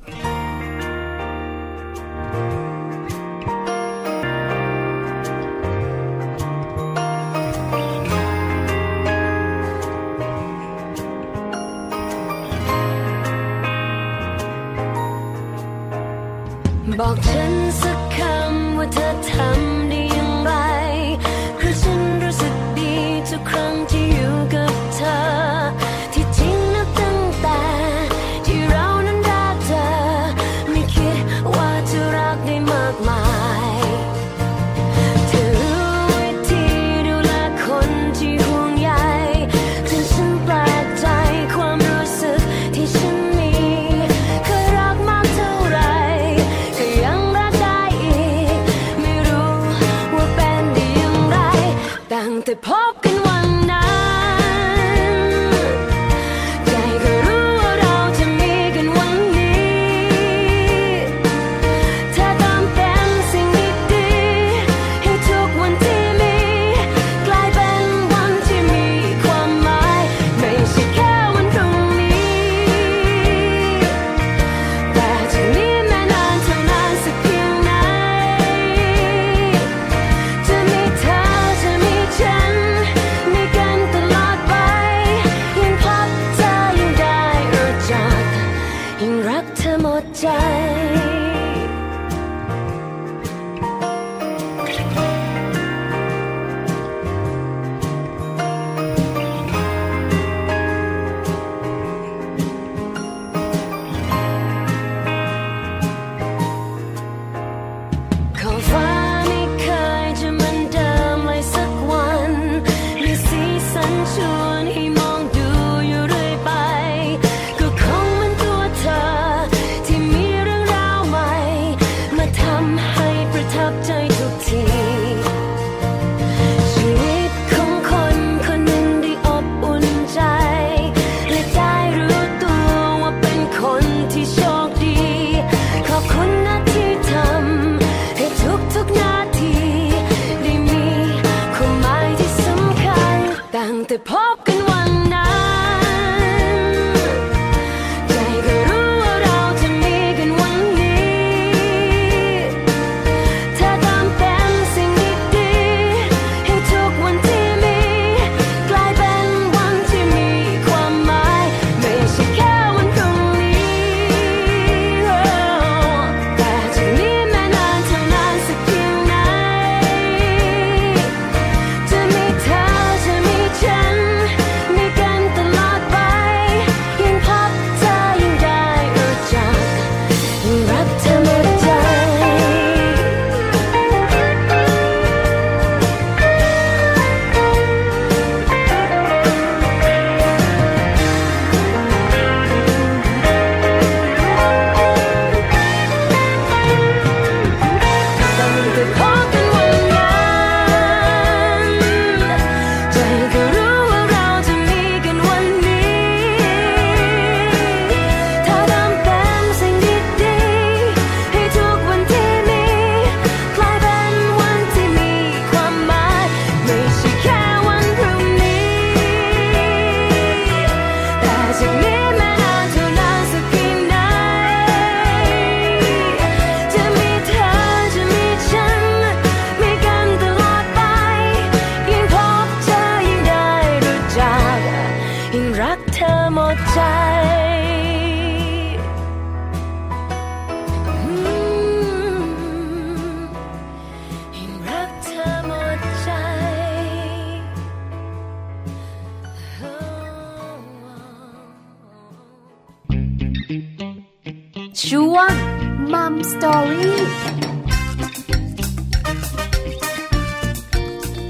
บอกฉันสักคำว่าเธอทำได้อย่างไรเพราะฉันรู้สึกดีทุกครั้งที่อยู่กับเธอที่จริงนับตั้งแต่ที่เรานั้นรักเธอไม่คิดว่าจะรักได้มากมายเธอรู้วิธีดูแลคนที่ห่วงใยจนฉันแปลกใจความรู้สึกที่ฉันมีเคยรักมากเท่าไรยังรักได้อีกไม่รู้ว่าเป็นได้อย่างไรตั้งแต่พบกันวันนั้นใจก็รู้ว่าเราจะมีกันวันนี้เธอตามเป็นสิ่งดีๆให้ทุกวันที่มีกลายเป็นวันที่มีความหมายไม่ใช่แค่วันพรุ่งนี้แต่จากนี้แม้นานเท่านานสักเพียงไหนจะมีเธอจะมีฉันมีกันตลอดไปยิ่งพบเธอยิ่งได้รู้จักยิ่งรักเธอหมดใจขอฟ้าไม่เคยจะเหมือนเดิมเลยสักวันมีสีสันชวนให้มองดูอยู่เรื่อยไปก็คงเหมือนตัวเธอที่มีเรื่องราวใหม่มาทำให้ประทับใจทุกทีชีวิตของคนคนหนึ่งได้อบอุ่นใจและได้รู้ตัวว่าเป็นคนที่โชคดีขอบคุณนะที่ทำให้ทุกๆนาทีได้มีความหมายที่สำคัญตั้งแต่พบกันวันนั้นใจก็รู้ว่าเราจะมีกันวันนี้เธอตามเป็นสิ่งดีๆให้ทุกวันที่มีกลายเป็นวันที่มีความหมายไม่ใช่แค่วันพรุ่งนี้แต่จากนี้แม้นานเท่านานสักเพียงไหนจะมีเธอจะมีฉันมีกันตลอดไปยิ่งพบเธอยิ่งได้รู้จักยิ่งรักเธอหมดใจตั้งแต่พบกันวันนั้นใจก็รู้ว่าเราจะมีกันวันนี้เธอทำเป็นสิ่งดีๆให้ทุกวันที่มีกลายเป็นวันที่มีความหมายไม่ใช่แค่วันพรุ่งนี้แต่จากนี้แม้นานเท่านานสักเพียงไหนจะมีเธอจะมีฉันมีกันตลอดไปยิ่งพบเธอยิ่งได้รู้จักยิ่งรักเธอหมดใจอืมยิ่งรักเธอหมดใจช่วงมัมสตอรี่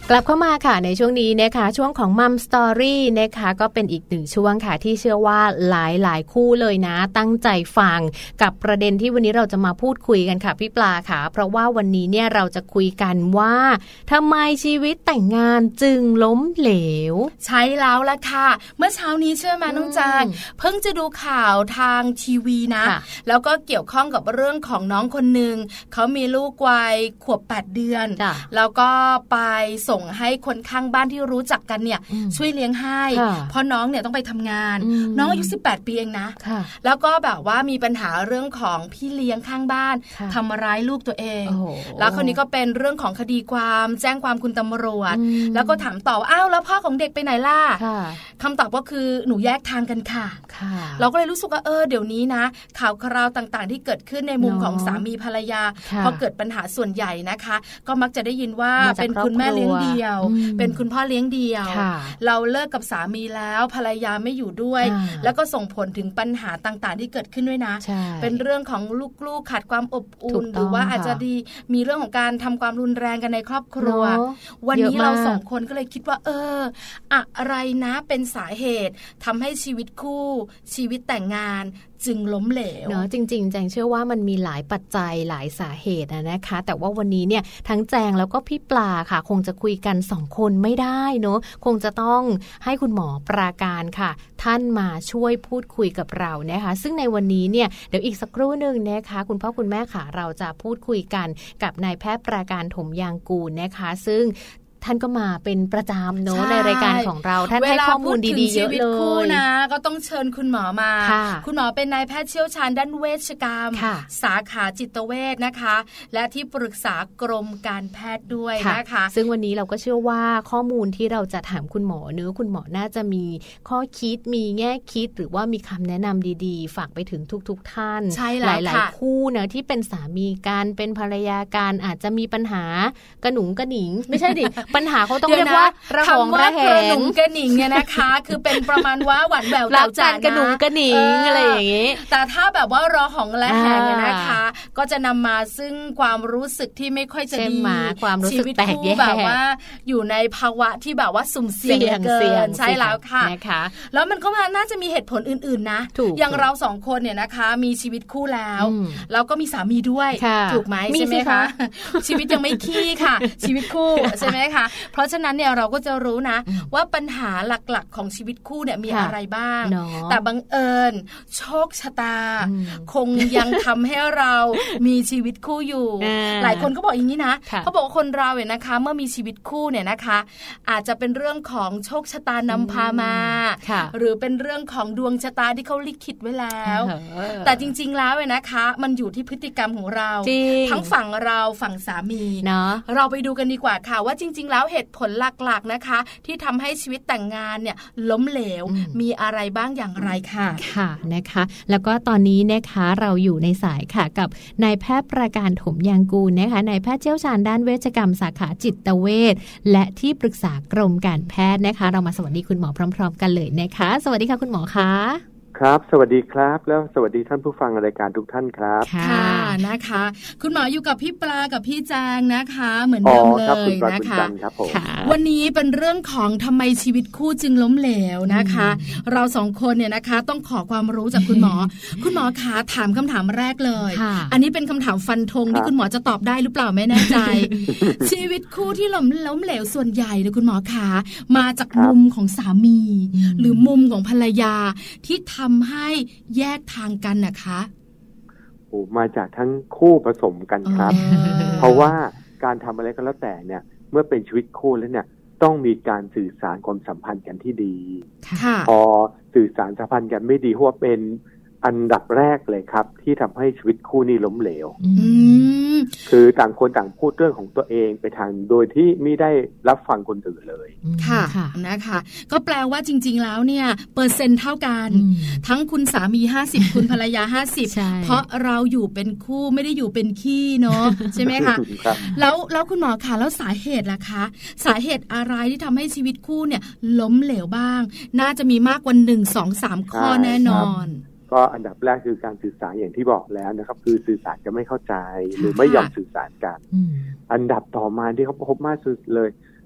กลับเข้ามาค่ะในช่วงนี้นะคะช่วงของมัมสตอรี่นะคะก็เป็นอีกหนึ่งช่วงค่ะที่เชื่อว่าหลายหลายคู่เลยนะตั้งใจฟังกับประเด็นที่วันนี้เราจะมาพูดคุยกันค่ะพี่ปลาค่ะเพราะว่าวันนี้เนี่ยเราจะคุยกันว่าทำไมชีวิตแต่งงานจึงล้มเหลวใช่แล้วล่ะค่ะเมื่อเช้านี้เชื่อมาน้องจางเพิ่งจะดูข่าวทางทีวีนะแล้วก็เกี่ยวข้องกับเรื่องของน้องคนนึงเขามีลูกวัยขวบแปดเดือนแล้วก็ไปส่งให้คนข้างบ้านที่รู้จักกันเนี่ยช่วยเลี้ยงให้เพราะน้องเนี่ยต้องไปทำงานน้องอายุสิบแปดปีเองนะแล้วก็แบบว่ามีปัญหาเรื่องของพี่เลี้ยงข้างบ้านทำร้ายลูกตัวเองแล้วคนนี้ก็เป็นเรื่องของคดีความแจ้งความคุณตำรวจแล้วก็ถามต่ออ้าวแล้วพ่อของเด็กไปไหนล่ะคำตอบก็คือหนูแยกทางกันค่ะเราก็เลยรู้สึกว่าเออเดี๋ยวนี้นะข่าวคราวต่างๆที่เกิดขึ้นในมุมของสามีภรรยาพอเกิดปัญหาส่วนใหญ่นะคะก็มักจะได้ยินว่าเป็นคุณแม่เลี้ยงเดี่ยวเป็นคุณพ่อเลี้ยงเดี่ยวเราเลิกกับสามีแล้วภรรยาไม่อยู่ด้วยแล้วก็ส่งผลถึงปัญหาต่างๆที่เกิดขึ้นด้วยนะเป็นเรื่องของลูกๆขาดความอบอุ่นหรือว่าอาจจะดีมีเรื่องของการทำความรุนแรงกันในครอบครัววันนี้เราสองคนก็เลยคิดว่าเอออะไรนะเป็นสาเหตุทำให้ชีวิตคู่ชีวิตแต่งงานจึงล้มเหลวเนาะจริงๆแจงเชื่อว่ามันมีหลายปัจจัยหลายสาเหตุนะคะแต่ว่าวันนี้เนี่ยทั้งแจงแล้วก็พี่ปลาค่ะคงจะคุยกันสองคนไม่ได้เนาะคงจะต้องให้คุณหมอปราการค่ะท่านมาช่วยพูดคุยกับเรานะคะซึ่งในวันนี้เนี่ยเดี๋ยวอีกสักครู่นึงนะคะคุณพ่อคุณแม่ค่ะเราจะพูดคุยกันกับนายแพทย์ปราการถมยางกูลนะคะซึ่งท่านก็มาเป็นประจำเนอะ ในรายการของเราท่านให้ข้อมูลดีๆเยอะเลยนะก็ต้องเชิญคุณหมอมาคุณหมอเป็นนายแพทย์เชี่ยวชาญด้านเวชกรรมสาขาจิตเวชนะคะและที่ปรึกษากรมการแพทย์ด้วยนะคะซึ่งวันนี้เราก็เชื่อว่าข้อมูลที่เราจะถามคุณหมอเนอะคุณหมอน่าจะมีข้อคิดมีแง่คิดหรือว่ามีคำแนะนำดีๆฝากไปถึงทุกๆท่านหลายๆคู่นะที่เป็นสามีกันเป็นภรรยากันอาจจะมีปัญหากระหนุงกระหนิงไม่ใช่ดิปัญหาเขาต้องเรียกว่าระหองระแหงกระหนุงกระหนิงเนี่ยนะคะคือเป็นประมาณว่าหวานแหววเต่าจานกระหนุงกระหนิงอะไรอย่างงี้แต่ถ้าแบบว่ารอของระแหงเนี่ยนะคะก็จะนำมาซึ่งความรู้สึกที่ไม่ค่อยจะดีความรู้สึกแปลกแยกแบบว่าอยู่ในภาวะที่แบบว่าสุ่มเสี่ยงเกินใช่แล้วค่ะนะคะแล้วมันก็มาน่าจะมีเหตุผลอื่นๆนะอย่างเราสองคนเนี่ยนะคะมีชีวิตคู่แล้วแล้วก็มีสามีด้วยถูกไหมใช่ไหมคะชีวิตยังไม่ขี้ค่ะชีวิตคู่ใช่ไหมคะเพราะฉะนั้นเนี่ยเราก็จะรู้นะว่าปัญหาหลักๆของชีวิตคู่เนี่ยมีอะไรบ้างแต่บังเอิญโชคชะตาคงยังทำให้เรามีชีวิตคู่อยู่หลายคนก็บอกอย่างนี้นะเขาบอกว่าคนเราเนี่ยนะคะเมื่อมีชีวิตคู่เนี่ยนะคะอาจจะเป็นเรื่องของโชคชะตานำพามาหรือเป็นเรื่องของดวงชะตาที่เขาลิขิตไว้แล้วแต่จริงๆแล้วเนี่ยนะคะมันอยู่ที่พฤติกรรมของเราทั้งฝั่งเราฝั่งสามีเราไปดูกันดีกว่าค่ะว่าจริงๆแล้วเหตุผลหลักๆนะคะที่ทำให้ชีวิตแต่งงานเนี่ยล้มเหลวมีอะไรบ้างอย่างไรค่ะค่ะนะคะแล้วก็ตอนนี้นะคะเราอยู่ในสายค่ะกับนายแพทย์ประการถมยางกูลนะคะนายแพทย์เชี่ยวชาญด้านเวชกรรมสาขาจิตเวชและที่ปรึกษากรมการแพทย์นะคะเรามาสวัสดีคุณหมอพร้อมๆกันเลยนะคะสวัสดีค่ะคุณหมอคะครับสวัสดีครับแล้วสวัสดีท่านผู้ฟังรายการทุกท่านครับค่ะนะคะคุณหมออยู่กับพี่ปลากับพี่แจงนะคะเหมือนเดิมเลยนะคะวันนี้เป็นเรื่องของทำไมชีวิตคู่จึงล้มเหลวนะคะเราสองคนเนี่ยนะคะต้องขอความรู้จากคุณหมอคุณหมอคะถามคำถามแรกเลยอันนี้เป็นคำถามฟันธงที่คุณหมอจะตอบได้หรือเปล่าไม่แน่ใจ ชีวิตคู่ที่ล้มล้มเหลวส่วนใหญ่เลยคุณหมอคะมาจากมุมของสามีหรือมุมของภรรยาที่ทำให้แยกทางกันนะคะโอ้มาจากทั้งคู่ผสมกันครับเพราะว่าการทำอะไรก็แล้วแต่เนี่ยเมื่อเป็นชีวิตคู่แล้วเนี่ยต้องมีการสื่อสารความสัมพันธ์กันที่ดีพอสื่อสารสัมพันธ์กันไม่ดีเพราะว่าเป็นอันดับแรกเลยครับที่ทำให้ชีวิตคู่นี้ล้มเหลวคือต่างคนต่างพูดเรื่องของตัวเองไปทางโดยที่ไม่ได้รับฟังคนอื่นเลยค่ะนะคะก็แปลว่าจริงๆแล้วเนี่ยเปอร์เซ็นต์เท่ากันทั้งคุณสามีห้าสิบคุณภรรยาห้าสิบเพราะเราอยู่เป็นคู่ไม่ได้อยู่เป็นขี้เนาะใช่ไหมคะแล้วแล้วคุณหมอคะแล้วสาเหตุล่ะคะสาเหตุอะไรที่ทำให้ชีวิตคู่เนี่ยล้มเหลวบ้างน่าจะมีมากกว่าหนึ่ง สอง สามข้อแน่นอนก็อันดับแรกคือการสื่อสารอย่างที่บอกแล้วนะครับคือสื่อสารจะไม่เข้าใจหรือไม่ยอมสื่อสารกันอันดับต่อมาที่เขาพบมากสุดเลย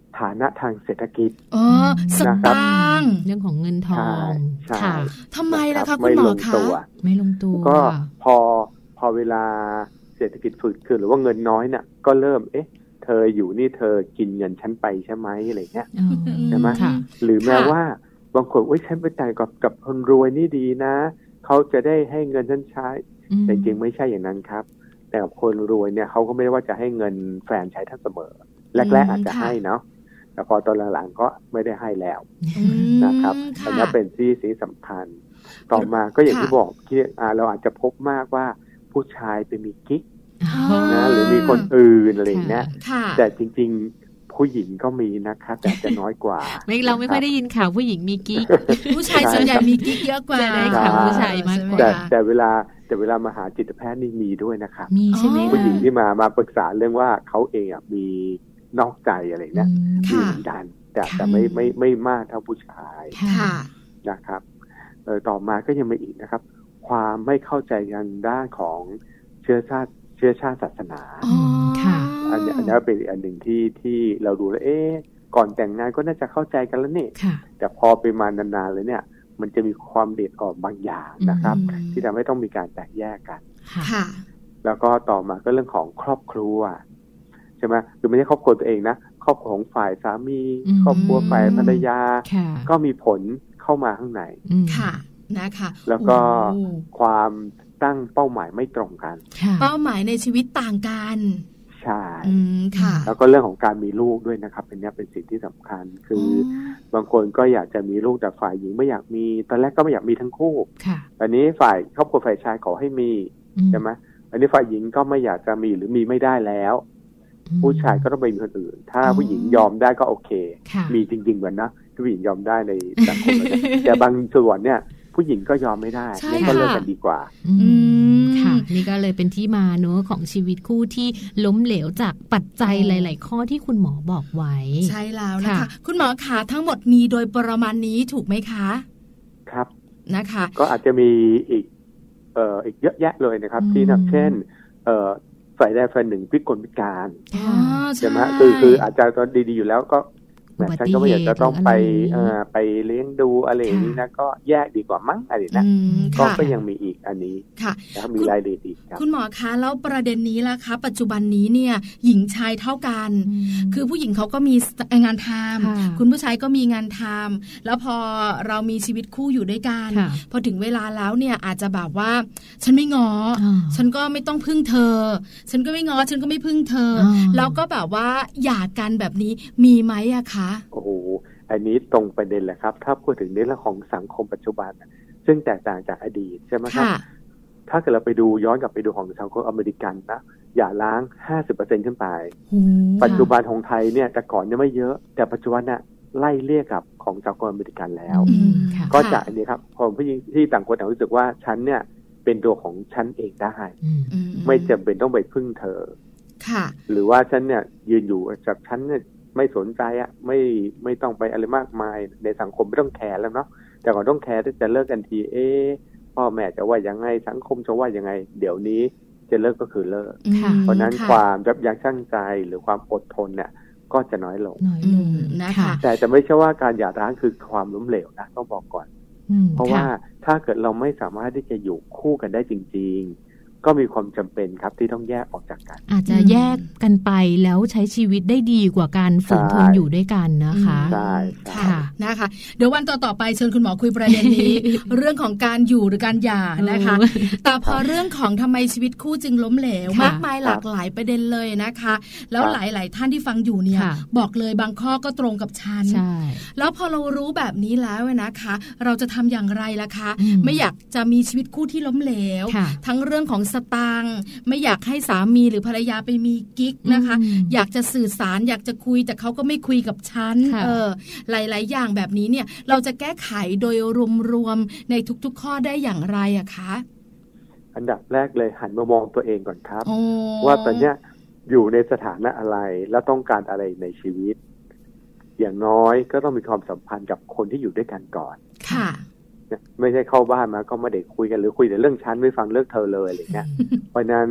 ฐานะทางเศรษฐกิจอ๋อสตางค์เรื่องของเงินทองค่ะทำไมล่ะคะคุณหมอคะไม่ลงตัวก็พอพอเวลาเศรษฐกิจฝืดเคืองหรือว่าเงินน้อยเนี่ยก็เริ่มเอ๊ะเธออยู่นี่เธอกินเงินฉันไปใช่ไหมอะไรเงี้ยใช่ไหมหรือแม้ว่าบางคนโอ๊ยฉันไปจ่ายกับกับคนรวยนี่ดีนะเขาจะได้ให้เงินฉันใช้แต่จริงไม่ใช่อย่างนั้นครับแต่กับคนรวยเนี่ยเขาก็ไม่ได้ว่าจะให้เงินแฟนใช้ทั้งเสมอแรกๆอาจจะให้เนาะแต่พอตอนหลังๆก็ไม่ได้ให้แล้วนะครับอันนี้เป็นที่สิ่งสำคัญต่อมาก็อย่างที่บอกที่เราอาจจะพบมากว่าผู้ชายไปมีกิ๊กนะหรือมีคนอื่นอะไรอย่างเงี้ยแต่จริงๆผู้หญิงก็มีนะคะแต่จะน้อยกว่าไม่เราไม่ค่อยได้ยินข่าวผู้หญิงมีกิ๊กผู้ชายส่วนใหญ่มีกิ๊กเยอะกว่าได้ข่าวผู้ชายมากกว่าแต่แต่เวลาแต่เวลามาหาจิตแพทย์นี่มีด้วยนะครับมีใช่ไหมผู้หญิงที่มามาปรึกษาเรื่องว่าเขาเองอ่ะมีนอกใจอะไรเนี่ยมีเหมือนกันแต่แต่ไม่ไม่ไม่มากเท่าผู้ชายนะครับเออต่อมาก็ยังมีอีกนะครับความไม่เข้าใจกันด้านของเชื้อชาติเชื้อชาติศาสนาอันนี้อันนี้เป็นอันหนึ่งที่ที่เราดูแล้วเอ๊ะก่อนแต่งงานก็น่าจะเข้าใจกันแล้วนี่แต่พอไปมานานๆเลยเนี่ยมันจะมีความเด็ดออกบางอย่างนะครับที่ทำให้ต้องมีการแตกแยกกันแล้วก็ต่อมาก็เรื่องของครอบครัวใช่ไหมคือไม่ใช่ครอบครัวตัวเองนะครอบครัวของฝ่ายสามีครอบครัวฝ่ายภรรยาก็มีผลเข้ามาข้างในค่ะนะคะแล้วก็ความตั้งเป้าหมายไม่ตรงกันเป้าหมายในชีวิตต่างกันใช่แล้วก็เรื่องของการมีลูกด้วยนะครับเป็นนี้เป็นสิ่งที่สำคัญคือบางคนก็อยากจะมีลูกแต่ฝ่ายหญิงไม่อยากมีตอนแรกก็ไม่อยากมีทั้งคู่อันนี้ฝ่ายครอบครัวฝ่ายชายขอให้มีใช่ไหมอันนี้ฝ่ายหญิงก็ไม่อยากจะมีหรือมีไม่ได้แล้วผู้ชายก็ต้องไปมีคนอื่นถ้าผู้หญิงยอมได้ก็โอเคมีจริงๆเหมือนนะผู้หญิงยอมได้ในสังคมแต่บางส่วนเนี่ยผู้หญิงก็ยอมไม่ได้นี่ก็เลิกกันดีกว่าค่ะนี่ก็เลยเป็นที่มาเนอะของชีวิตคู่ที่ล้มเหลวจากปัจจัยหลายๆข้อที่คุณหมอบอกไว้ใช่แล้วนะคะคุณหมอคะทั้งหมดมีโดยประมาณนี้ถูกไหมคะครับนะคะก็อาจจะมีอีกเอ่ออีกเยอะแยะเลยนะครับที่นับเช่นเอ่อฝ่ายใดฝ่ายหนึ่งพิกลพิการใช่ไหมคือคืออาจจะตอนดีๆอยู่แล้วก็ฉันก็ไม่อยากจะต้องไปเอ่อไปเลี้ยงดูอะไรอย่างนี้นะก็แยกดีกว่ามั้งอะไรนะก็ก็ยังมีอีกอันนี้นะครับมีรายละเอียดอีกครับคุณหมอคะแล้วประเด็นนี้ล่ะคะปัจจุบันนี้เนี่ยหญิงชายเท่ากันคือผู้หญิงเขาก็มีงานทำคุณผู้ชายก็มีงานทำแล้วพอเรามีชีวิตคู่อยู่ด้วยกันพอถึงเวลาแล้วเนี่ยอาจจะแบบว่าฉันไม่ง้อฉันก็ไม่ต้องพึ่งเธอฉันก็ไม่ง้อฉันก็ไม่พึ่งเธอแล้วก็แบบว่าหย่ากันแบบนี้มีไหมอะคะโอ้โหอันนี้ตรงประเด็นแหละครับถ้าพูดถึงในเรื่องของสังคมปัจจุบันซึ่งแตกต่างจากอดีตใช่ไหมครับถ้าเกิดเราไปดูย้อนกลับไปดูของสังคมอเมริกันนะอย่าล้าง ห้าสิบเปอร์เซ็นต์ ขึ้นไปปัจจุบันของไทยเนี่ยแต่ก่อนยังไม่เยอะแต่ปัจจุบันน่ะไล่เรียกกับของสังคมอเมริกันแล้วก็จะอันนี้ครับผมผู้หญิงที่ต่างคนต่างรู้สึกว่าฉันเนี่ยเป็นตัวของฉันเองได้ไม่จำเป็นต้องไปพึ่งเธอหรือว่าฉันเนี่ยยืนอยู่จากฉันเนี่ยไม่สนใจอ่ะไม่ไม่ต้องไปอะไรมากมายในสังคมไม่ต้องแคร์แล้วเนาะแต่ก่อนต้องแคร์ที่จะเลิกกันทีเอ๊ะพ่อแม่จะว่ายังไงสังคมจะว่ายังไงเดี๋ยวนี้จะเลิกก็คือเลิกเพราะนั้นความยับยั้งชั่งใจหรือความอดทนเนี่ยก็จะน้อยลงนะคะแต่จะไม่ใช่ว่าการหย่าร้างคือความล้มเหลวนะต้องบอกก่อนเพราะว่าถ้าเกิดเราไม่สามารถที่จะอยู่คู่กันได้จริงๆก็มีความจำเป็นครับที่ต้องแยกออกจากกันอาจจะแยกกันไปแล้วใช้ชีวิตได้ดีกว่าการฝืนทนอยู่ด้วยกันนะคะใช่ค่ะนะคะเดี๋ยววันต่อๆไปเชิญคุณหมอคุยประเด็นนี้ เรื่องของการอยู่หรือการหย่านะคะแต่พอเรื่องของทำไมชีวิตคู่จึงล้มเหลวมากมายหลากหลายประเด็นเลยนะคะแล้วหลายๆท่านที่ฟังอยู่เนี่ยบอกเลยบางข้อก็ตรงกับฉันแล้วพอเรารู้แบบนี้แล้วนะคะเราจะทำอย่างไรล่ะคะไม่อยากจะมีชีวิตคู่ที่ล้มเหลวทั้งเรื่องของสตางค์ไม่อยากให้สามีหรือภรรยาไปมีกิ๊กนะคะอยากจะสื่อสารอยากจะคุยแต่เขาก็ไม่คุยกับฉันเออหลายๆอย่างแบบนี้เนี่ยเราจะแก้ไขโดยรวมๆในทุกๆข้อได้อย่างไรอะคะอันดับแรกเลยหันมามองตัวเองก่อนครับว่าตอนเนี้ยอยู่ในสถานะอะไรแล้วต้องการอะไรในชีวิตอย่างน้อยก็ต้องมีความสัมพันธ์กับคนที่อยู่ด้วยกันก่อนค่ะไม่ใช่เข้าบ้านมาก็ไม่ได้คุยกันหรือคุยแต่เรื่องฉันไม่ฟังเรื่องเธอเลยอะไรเงี้ย เพราะนั้น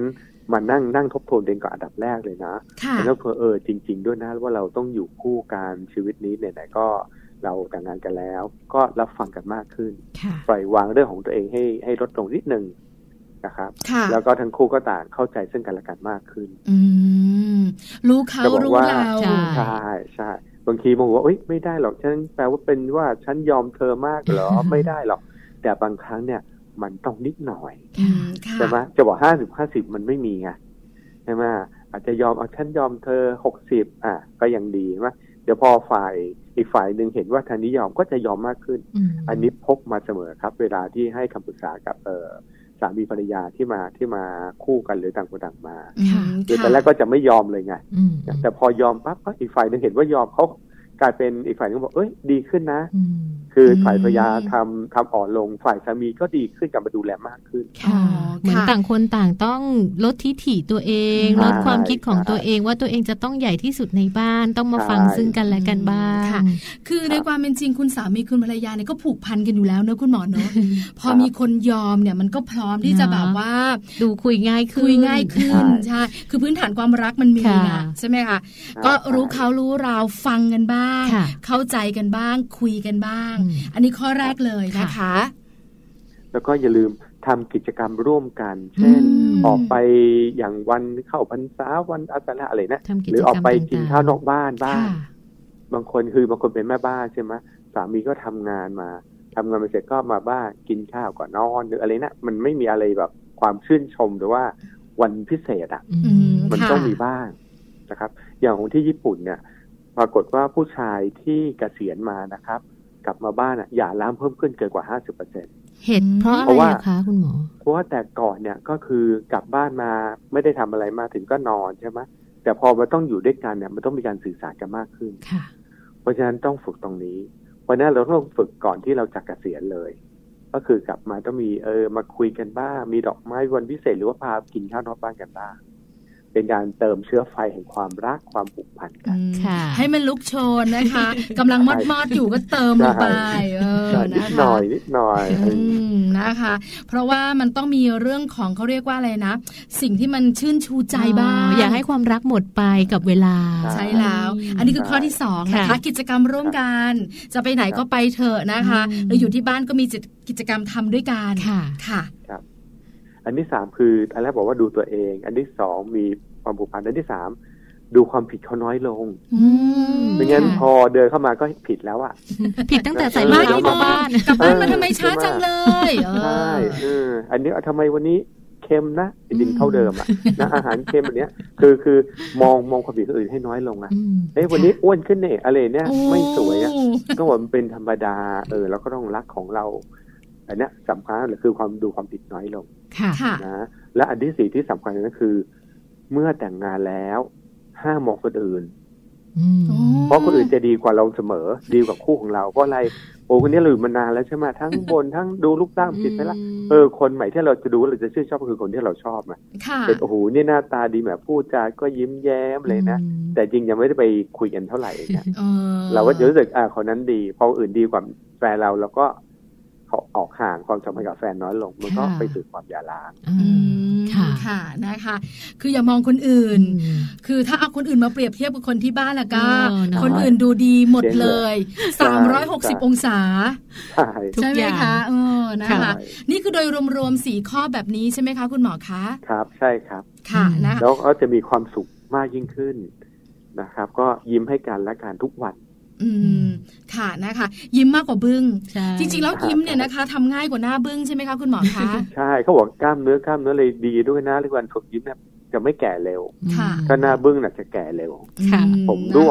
มานั่งนั่งทบทวนเองก่อนอันดับแรกเลยนะแล้วเพื่อเออจริงๆด้วยนะว่าเราต้องอยู่คู่กันชีวิตนี้ไหนๆก็เราแต่งงานกันแล้วก็รับฟังกันมากขึ้นปล่อยวางเรื่องของตัวเองให้ให้ลดลงนิดนึงนะครับแล้วก็ทั้งคู่ก็ต่างเข้าใจซึ่งกันและกันมากขึ้นรู้เขารู้เราใช่ใช่บางทีมองว่าเอ้ยไม่ได้หรอกฉันแปลว่าเป็นว่าฉันยอมเธอมากเหรอ ไม่ได้หรอกแต่บางครั้งเนี่ยมันต้องนิดหน่อยใช่ไหมจะบอกห้าสิบห้าสิบมันไม่มีไงใช่ไหมอาจจะยอมเอาฉันยอมเธอหกสิบอ่ะก็ยังดีใช่ไหมเดี๋ยวพอฝ่ายอีกฝ่ายหนึ่งเห็นว่าทางนี้ยอมก็จะยอมมากขึ้น อันนี้พบมาเสมอครับเวลาที่ให้คำปรึกษากับเออสามีภรรยาที่มาที่มาคู่กันหรือต่างคนต่างมาคือตอนแรกก็จะไม่ยอมเลยไงแต่พอยอมปั๊บอีกฝ่ายหนึ่งเห็นว่ายอมเขากลายเป็นอีกฝ่ายนึงบอกเอ้ยดีขึ้นนะคือฝ่ายภรรยาทำทำอ่อนลงฝ่ายสามีก็ดีขึ้นกลับมาดูแลมากขึ้นเหมือนต่างคนต่างต้องลดทิฐิตัวเองลดความคิดของตัวเองว่าตัวเองจะต้องใหญ่ที่สุดในบ้านต้องมาฟังซึ่งกันและกันบ้างคือในความเป็นจริงคุณสามีคุณภรรยาเนี่ยก็ผูกพันกันอยู่แล้วเนอะคุณหมอเนอะพอมีคนยอมเนี่ยมันก็พร้อมที่จะแบบว่าดูคุยง่ายขึ้นคุยง่ายขึ้นใช่คือพื้นฐานความรักมันมีนะใช่ไหมคะก็รู้เขารู้เราฟังกันบ้างเข้าใจกันบ้างคุยกันบ้างอันนี้ข้อแรกเลยนะคะแล้วก็อย่าลืมทำกิจกรรมร่วมกันเช่นออกไปอย่างวันเข้าพรรษาวันอาสาฬหะอะไรนะหรือออกไปกินข้าวนอกบ้านบ้างบางคนคือบางคนเป็นแม่บ้านใช่ไหมสามีก็ทำงานมาทำงานมาเสร็จก็มาบ้านกินข้าวก่อนนอนหรืออะไรนะมันไม่มีอะไรแบบความชื่นชมหรือว่าวันพิเศษอ่ะมันต้องมีบ้างนะครับอย่างของที่ญี่ปุ่นเนี่ยปรากฏว่าผู้ชายที่เกษียณมานะครับกลับมาบ้านอ่ะหย่าร้างเพิ่มขึ้นเกินกว่า ห้าสิบเปอร์เซ็นต์เหตุเพราะอะไรคะคุณหมอเพราะว่าแต่ก่อนเนี่ยก็คือกลับบ้านมาไม่ได้ทำอะไรมาถึงก็นอนใช่ไหมแต่พอมันต้องอยู่ด้วยกันเนี่ยมันต้องมีการสื่อสารกันมากขึ้นเพราะฉะนั้นต้องฝึกตรงนี้เพราะนั้นเราต้องฝึกก่อนที่เราจะเกษียณเลยก็คือกลับมาต้องมีเออมาคุยกันบ้างมีดอกไม้วันพิเศษหรือว่าพากินข้าวนอกบ้านกันบ้างเป็นการเติมเชื้อไฟแห่งความรักความผูกพันกันให้มันลุกโชนนะคะกำลังมอดมอดอยู่ก็เติมลงไปเออนิดหน่อยนิดหน่อยนะคะเพราะว่ามันต้องมีเรื่องของเขาเรียกว่าอะไรนะสิ่งที่มันชื่นชูใจบ้างอย่าให้ความรักหมดไปกับเวลาใช่แล้วอันนี้คือข้อที่สองนะคะกิจกรรมร่วมกันจะไปไหนก็ไปเถอะนะคะหรืออยู่ที่บ้านก็มีกิจกรรมทำด้วยกันค่ะค่ะอันที่สามคืออันแรกบอกว่าดูตัวเองอันที่สองมีความผูกพันอันที่สามดูความผิดเขาน้อยลงไม่งั้นพอเดินเข้ามาก็ผิดแล้วอ่ะผิดตั้งแต่ใส่รองเท้ามาบ้านกลับบ้านมาทำไมช้าจังเลยใช่อันนี้ทำไมวันนี้เค็มนะจริงเท่าเดิมอ่ะนะอาหารเค็มแบบนี้คือคือมองมองความผิดคนอื่นให้น้อยลงอ่ะเอ้ยวันนี้อ้วนขึ้นเนี่ยอะไรเนี่ยไม่สวยอ่ะก็ว่ามันเป็นธรรมดาเออเราก็ต้องรักของเราอันนี้สำคัญเลยคือความดูความผิดน้อยลงนะและอันที่สี่ที่สำคัญก็คือเมื่อแต่งงานแล้วห้ามมองคนอื่นเพราะคนอื่นจะดีกว่าเราเสมอดีกว่าคู่ของเราเพราะอะไรโอ้คนนี้เราอยู่มานานแล้วใช่ไหมทั้งบนทั้งดูลูกร่างผิดไปละเออคนใหม่ที่เราจะดูเราจะชื่นชอบก็คือคนที่เราชอบนะเป็นโอ้โหนี่หน้าตาดีแบบพูดจาก็ยิ้มแย้มเลยนะแต่จริงยังไม่ได้ไปคุยกันเท่าไหร่เนี่ยเราก็จะรู้สึกอ่าคนนั้นดีพออื่นดีกว่าแฟนเราแล้วก็เขาออกห่างความสัมพันธ์กับแฟนน้อยลงมันก็ไปสู่ความหย่าร้างค่ะค่ะนะคะคืออย่ามองคนอื่นคือถ้าเอาคนอื่นมาเปรียบเทียบกับคนที่บ้านล่ะก็คนอื่นดูดีหมดเลยสามร้อยหกสิบองศาใช่ไหมคะเออนะคะนี่คือโดยรวมๆสี่ข้อแบบนี้ใช่ไหมคะคุณหมอคะครับใช่ครับค่ะนะแล้วก็จะมีความสุขมากยิ่งขึ้นนะครับก็ยิ้มให้กันและกันทุกวันอืมค่ะนะคะยิ้มมากกว่าบึ้งจริงๆแล้วยิ้มเนี่ยนะคะทำง่ายกว่าหน้าบึ้งใช่ไหมคะคุณหมอคะใช่เขาบอกกล้ามเนื้อกล้ามเนื้อเลยดีด้วยนะเรื่องการฝึกยิ้มเนี่ยจะไม่แก่เร็วถ้าหน้าบึ้งน่ะจะแก่เร็วผมร่วง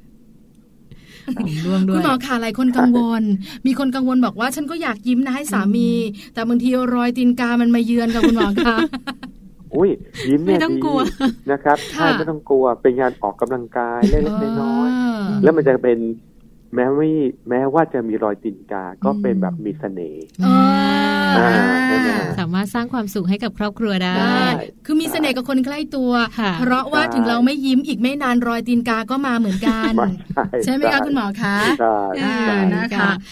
คุณหมอคะหลายคนกังวลมีคนกังวลบอกว่าฉันก็อยากยิ้มนะให้สามีแต่บางทีรอยตีนกามันมาเยือนค่ะคุณหมอคะอุ้ยยิ้มเนี่ยดีนะครับใช่ไม่ต้องกลัวเป็นงานออกกำลังกายเล็กๆน้อยๆแล้วมันจะเป็นแม้ไม่แม้ว่าจะมีรอยตีนกาก็เป็นแบบมีเสน่ห์สามารถสร้างความสุขให้กับครอบครัวได้คือมีเสน่ห์กับคนใกล้ตัวเพราะว่าถึงเราไม่ยิ้มอีกไม่นานรอยตีนกาก็มาเหมือนกันใช่ไหมคะคุณหมอคะใช่นะคะ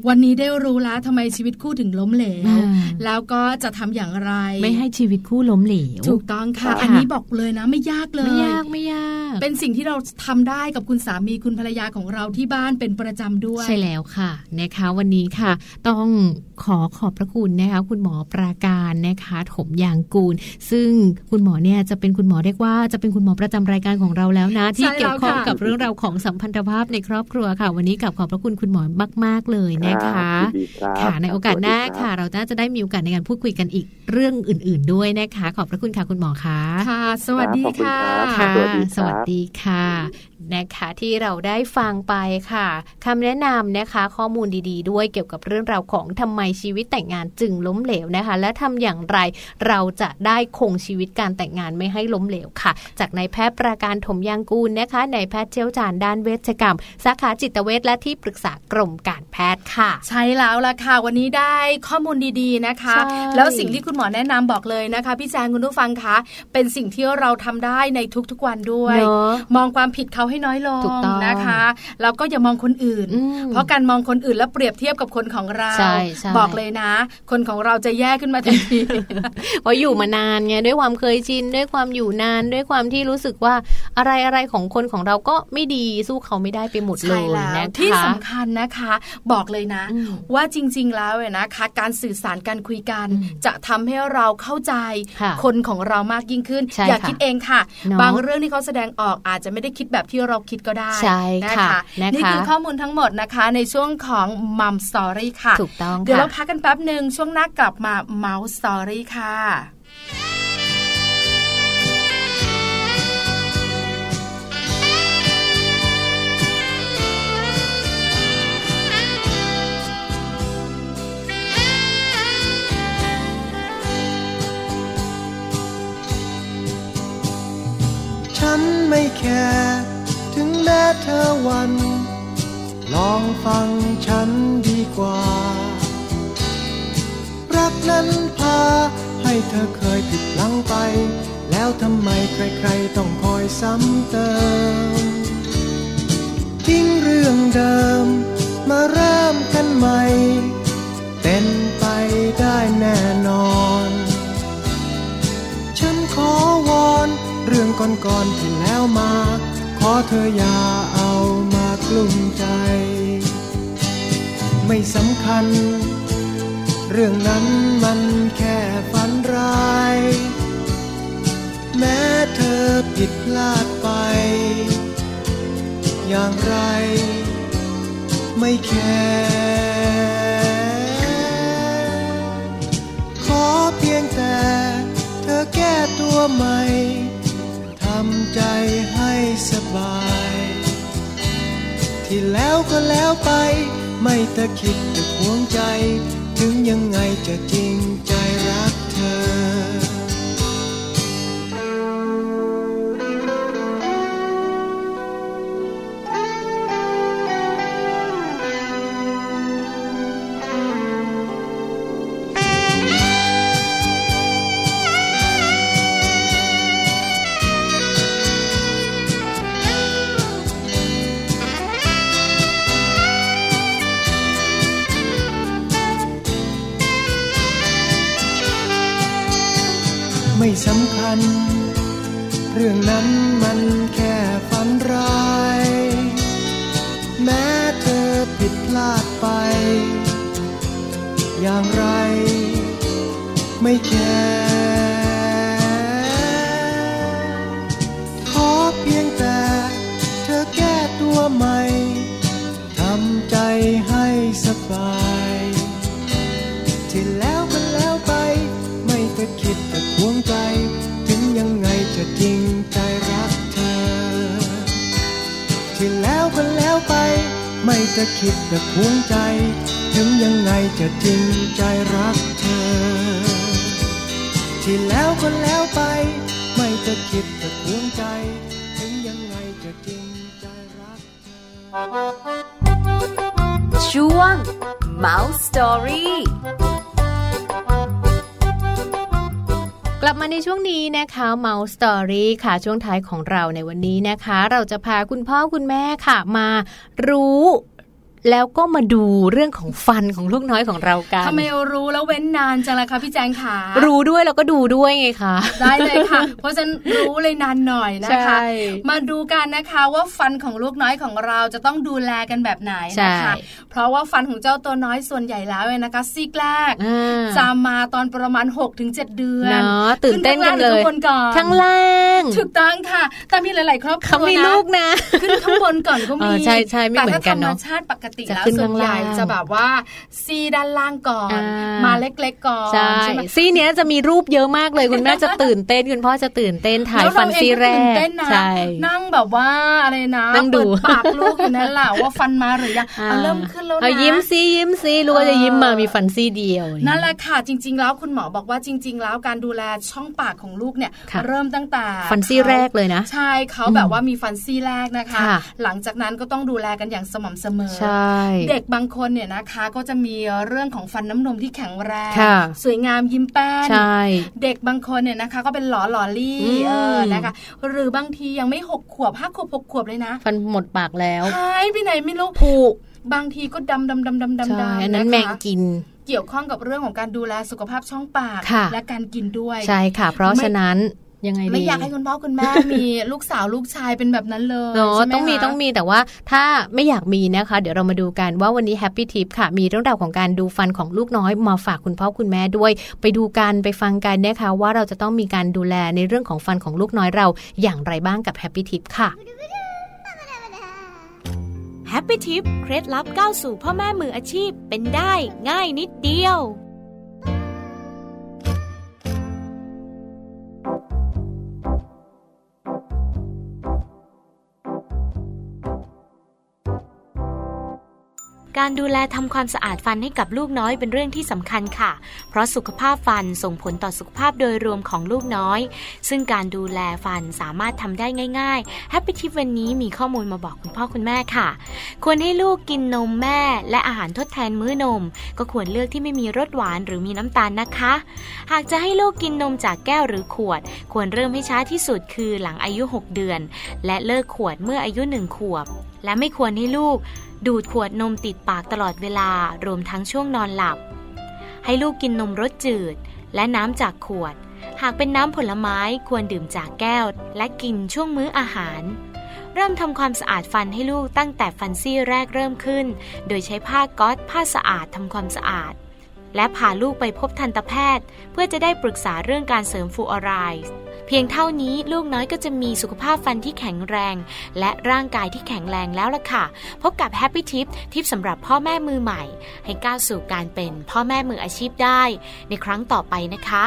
วันนี้ได้รู้แล้วทำไมชีวิตคู่ถึงล้มเหลวแล้วก็จะทำอย่างไรไม่ให้ชีวิตคู่ล้มเหลวถูกต้องค่ะอันนี้บอกเลยนะไม่ยากเลยไม่ยากไม่ยากเป็นสิ่งที่เราทำได้กับคุณสามีคุณภรรยาของเราที่บ้านเป็นประจำด้วยใช่แล้วค่ะนะคะวันนี้ค่ะต้องขอขอบพระคุณนะคะคุณหมอปราการนะคะถมยางกูลซึ่งคุณหมอเนี่ยจะเป็นคุณหมอเรียกว่าจะเป็นคุณหมอประจำรายการของเราแล้วนะที่เกี่ยวข้องกับเรื่องราวของสัมพันธภาพในครอบครัวค่ะวันนี้กับขอบพระคุณคุณหมอมากๆเลยนะคะค่ะในโอกาสหน้าค่ะเราน่าจะได้มีโอกาสในการพูดคุยกันอีกเรื่องอื่นๆด้วยนะคะขอบพระคุณค่ะคุณหมอคะค่ะสวัสดีค่ะค่ะสวัสดีค่ะนะคะที่เราได้ฟังไปค่ะคำแนะนำนะคะข้อมูลดีๆด้วยเกี่ยวกับเรื่องราวของทำไมชีวิตแต่งงานจึงล้มเหลวนะคะและทำอย่างไรเราจะได้คงชีวิตการแต่งงานไม่ให้ล้มเหลวค่ะจากนายแพทย์ปราการถมยางกูลนะคะนายแพทย์เชี่ยวชาญด้านเวชกรรมสาขาจิตเวชและที่ปรึกษากรมการแพทย์ค่ะใช่แล้วล่ะค่ะวันนี้ได้ข้อมูลดีๆนะคะแล้วสิ่งที่คุณหมอแนะนำบอกเลยนะคะพี่แจงคุณผู้ฟังคะเป็นสิ่งที่เราทำได้ในทุกๆวันด้วยมองความผิดเขาให้น้อยลงนะคะแล้วก็อย่ามองคนอื่นเพราะการมองคนอื่นแล้วเปรียบเทียบกับคนของเราบอกเลยนะคนของเราจะแย่ขึ้นมาทันทีเพราะอยู่มานานไงด้วยความเคยชินด้วยความอยู่นานด้วยความที่รู้สึกว่าอะไรอะไรของคนของเราก็ไม่ดีสู้เขาไม่ได้ไปหมดเลยนะคะที่สำคัญนะคะบอกเลยนะว่าจริงๆแล้วเนี่ยนะคะการสื่อสารการคุยกันจะทำให้เราเข้าใจคนของเรามากยิ่งขึ้นอย่าคิดเองค่ะบางเรื่องที่เขาแสดงออกอาจจะไม่ได้คิดแบบที่เราคิดก็ได้นะคะนี่คือข้อมูลทั้งหมดนะคะในช่วงของ Mom Story ค่ะถูกต้องเดี๋ยวเราพักกันแป๊บนึงช่วงหน้ากลับมา Mouse Story ค่ะฉันไม่แคร์ถึงแม้เธอวันลองฟังฉันดีกว่ารักนั้นพาให้เธอเคยผิดหลังไปแล้วทำไมใครๆต้องคอยซ้ำเติมทิ้งเรื่องเดิมมาเริ่มกันใหม่เป็นไปได้แน่นอนฉันขอวอนเรื่องก่อนๆที่แล้วมาขอเธออย่าเอามากลุ้มใจไม่สำคัญเรื่องนั้นมันแค่ฝันร้ายแม้เธอผิดพลาดไปอย่างไรไม่แคร์ขอเพียงแต่เธอแก้ตัวใหม่ทำใจให้สบายที่แล้วก็แล้วไปไม่ตะคิดตะควงใจถึงยังไงจะจริงใจรักเธอไม่สำคัญเรื่องนั้นมันแค่ฝันร้ายแม้เธอผิดพลาดไปอย่างไรไม่แคร์ขอเพียงแต่เธอแก้ตัวใหม่ทำใจให้สบายที่แล้วก็แล้วไปไม่ตะคิดตะควงใจถึงยังไงจะจริงใจรักเธอที่แล้วก็แล้วไปไม่ตะคิดตะควงใจถึงยังไงจะจริงใจรักเธอที่แล้วก็แล้วไปไม่ตะคิดตะควงใจถึงยังไงจะจริงใจรักเธอช่วง Mouse Story กลับมาในช่วงนี้นะคะ Mouse Story ค่ะช่วงท้ายของเราในวันนี้นะคะเราจะพาคุณพ่อคุณแม่ค่ะมารู้แล้วก็มาดูเรื่องของฟันของลูกน้อยของเรากันทำไมรู้แล้วเว้นนานจังล่ะคะพี่แจงขารู้ด้วยแล้วก็ดูด้วยไงคะได้เลยค่ะ เพราะฉะนั้นรู้เลยนานหน่อยนะคะมาดูกันนะคะว่าฟันของลูกน้อยของเราจะต้องดูแลกันแบบไหนนะคะเพราะว่าฟันของเจ้าตัวน้อยส่วนใหญ่แล้วเนี่ยนะคะซี่แรกจะมาตอนประมาณ หกถึงเจ็ด เดือนเนาะตื่นเต้นกันเลยข้างล่างถูกต้องค่ะแต่มีหลายๆครอบครัวนะเขามีลูกนะขึ้นข้างบนก่อนก็มีใช่ใช่ไม่เหมือนกันเนาะแต่ถ้าธรรมชาติปกติแล้วส่วนใหญ่จะแบบว่าซี่ด้านล่างก่อนมาเล็กๆก่อนใช่ซี่เนี้ยจะมีรูปเยอะมากเลยคุณแม่จะตื่นเต้นคุณพ่อจะตื่นเต้นถ่ายฟันซี่แรกใช่นั่งแบบว่าอะไรนะนั่งดูปากลูกอยู่นั่นแหละว่าฟันมาหรือยังเอาเริ่มขึ้นแล้วนะยิ้มซี่ยิ้มซี่ลูกก็จะยิ้มมามีฟันซี่เดียวนั่นแหละค่ะจริงๆแล้วคุณหมอบอกว่าจริงๆแล้วการดูแลช่องปากของลูกเนี่ยเริ่มตั้งแต่ฟันซี่แรกเลยนะใช่เขาแบบว่ามีฟันซี่แรกนะคะหลังจากนั้นก็ต้องดูแลกันอย่างสม่ำเสมอเด็กบางคนเนี่ยนะคะก็จะมีเรื่องของฟันน้ำนมที่แข็งแรงสวยงามยิ้มแป้นเด็กบางคนเนี่ยนะคะก็เป็นหล่อหล่อลี่เออนะคะหรือบางทียังไม่หกขวบห้าขวบหกขวบเลยนะฟันหมดปากแล้วหายไปไหนไม่รู้ผุบางทีก็ดำดำดำดำดำดำอันนั้นแมงกินเกี่ยวข้องกับเรื่องของการดูแลสุขภาพช่องปากและการกินด้วยใช่ค่ะเพราะฉะนั้นยังไงดีไม่อยากให้คุณพ่อคุณแม่มีลูกสาวลูกชายเป็นแบบนั้นเลยเนาะต้องมีต้องมีแต่ว่าถ้าไม่อยากมีนะคะเดี๋ยวเรามาดูกันว่าวันนี้ Happy Tip ค่ะมีเรื่องราวของการดูฟันของลูกน้อยมาฝากคุณพ่อคุณแม่ด้วยไปดูกันไปฟังกันนะคะว่าเราจะต้องมีการดูแลในเรื่องของฟันของลูกน้อยเราอย่างไรบ้างกับ Happy Tip ค่ะ Happy Tip เคล็ดลับก้าวสู่พ่อแม่มืออาชีพเป็นได้ง่ายนิดเดียวการดูแลทำความสะอาดฟันให้กับลูกน้อยเป็นเรื่องที่สำคัญค่ะเพราะสุขภาพฟันส่งผลต่อสุขภาพโดยรวมของลูกน้อยซึ่งการดูแลฟันสามารถทำได้ง่ายๆ Happy Tip วันนี้มีข้อมูลมาบอกคุณพ่อคุณแม่ค่ะควรให้ลูกกินนมแม่และอาหารทดแทนมื้อนมก็ควรเลือกที่ไม่มีรสหวานหรือมีน้ำตาลนะคะหากจะให้ลูกกินนมจากแก้วหรือขวดควรเริ่มให้ช้าที่สุดคือหลังอายุหกเดือนและเลิกขวดเมื่ออายุหนึ่งขวบและไม่ควรให้ลูกดูดขวดนมติดปากตลอดเวลารวมทั้งช่วงนอนหลับให้ลูกกินนมรสจืดและน้ำจากขวดหากเป็นน้ำผลไม้ควรดื่มจากแก้วและกินช่วงมื้ออาหารเริ่มทำความสะอาดฟันให้ลูกตั้งแต่ฟันซี่แรกเริ่มขึ้นโดยใช้ผ้าก๊อซผ้าสะอาดทำความสะอาดและพาลูกไปพบทันตแพทย์เพื่อจะได้ปรึกษาเรื่องการเสริมฟลูออไรด์เพียงเท่านี้ลูกน้อยก็จะมีสุขภาพฟันที่แข็งแรงและร่างกายที่แข็งแรงแล้วล่ะค่ะพบกับ Happy Tip ทิปสำหรับพ่อแม่มือใหม่ให้ก้าวสู่การเป็นพ่อแม่มืออาชีพได้ในครั้งต่อไปนะคะ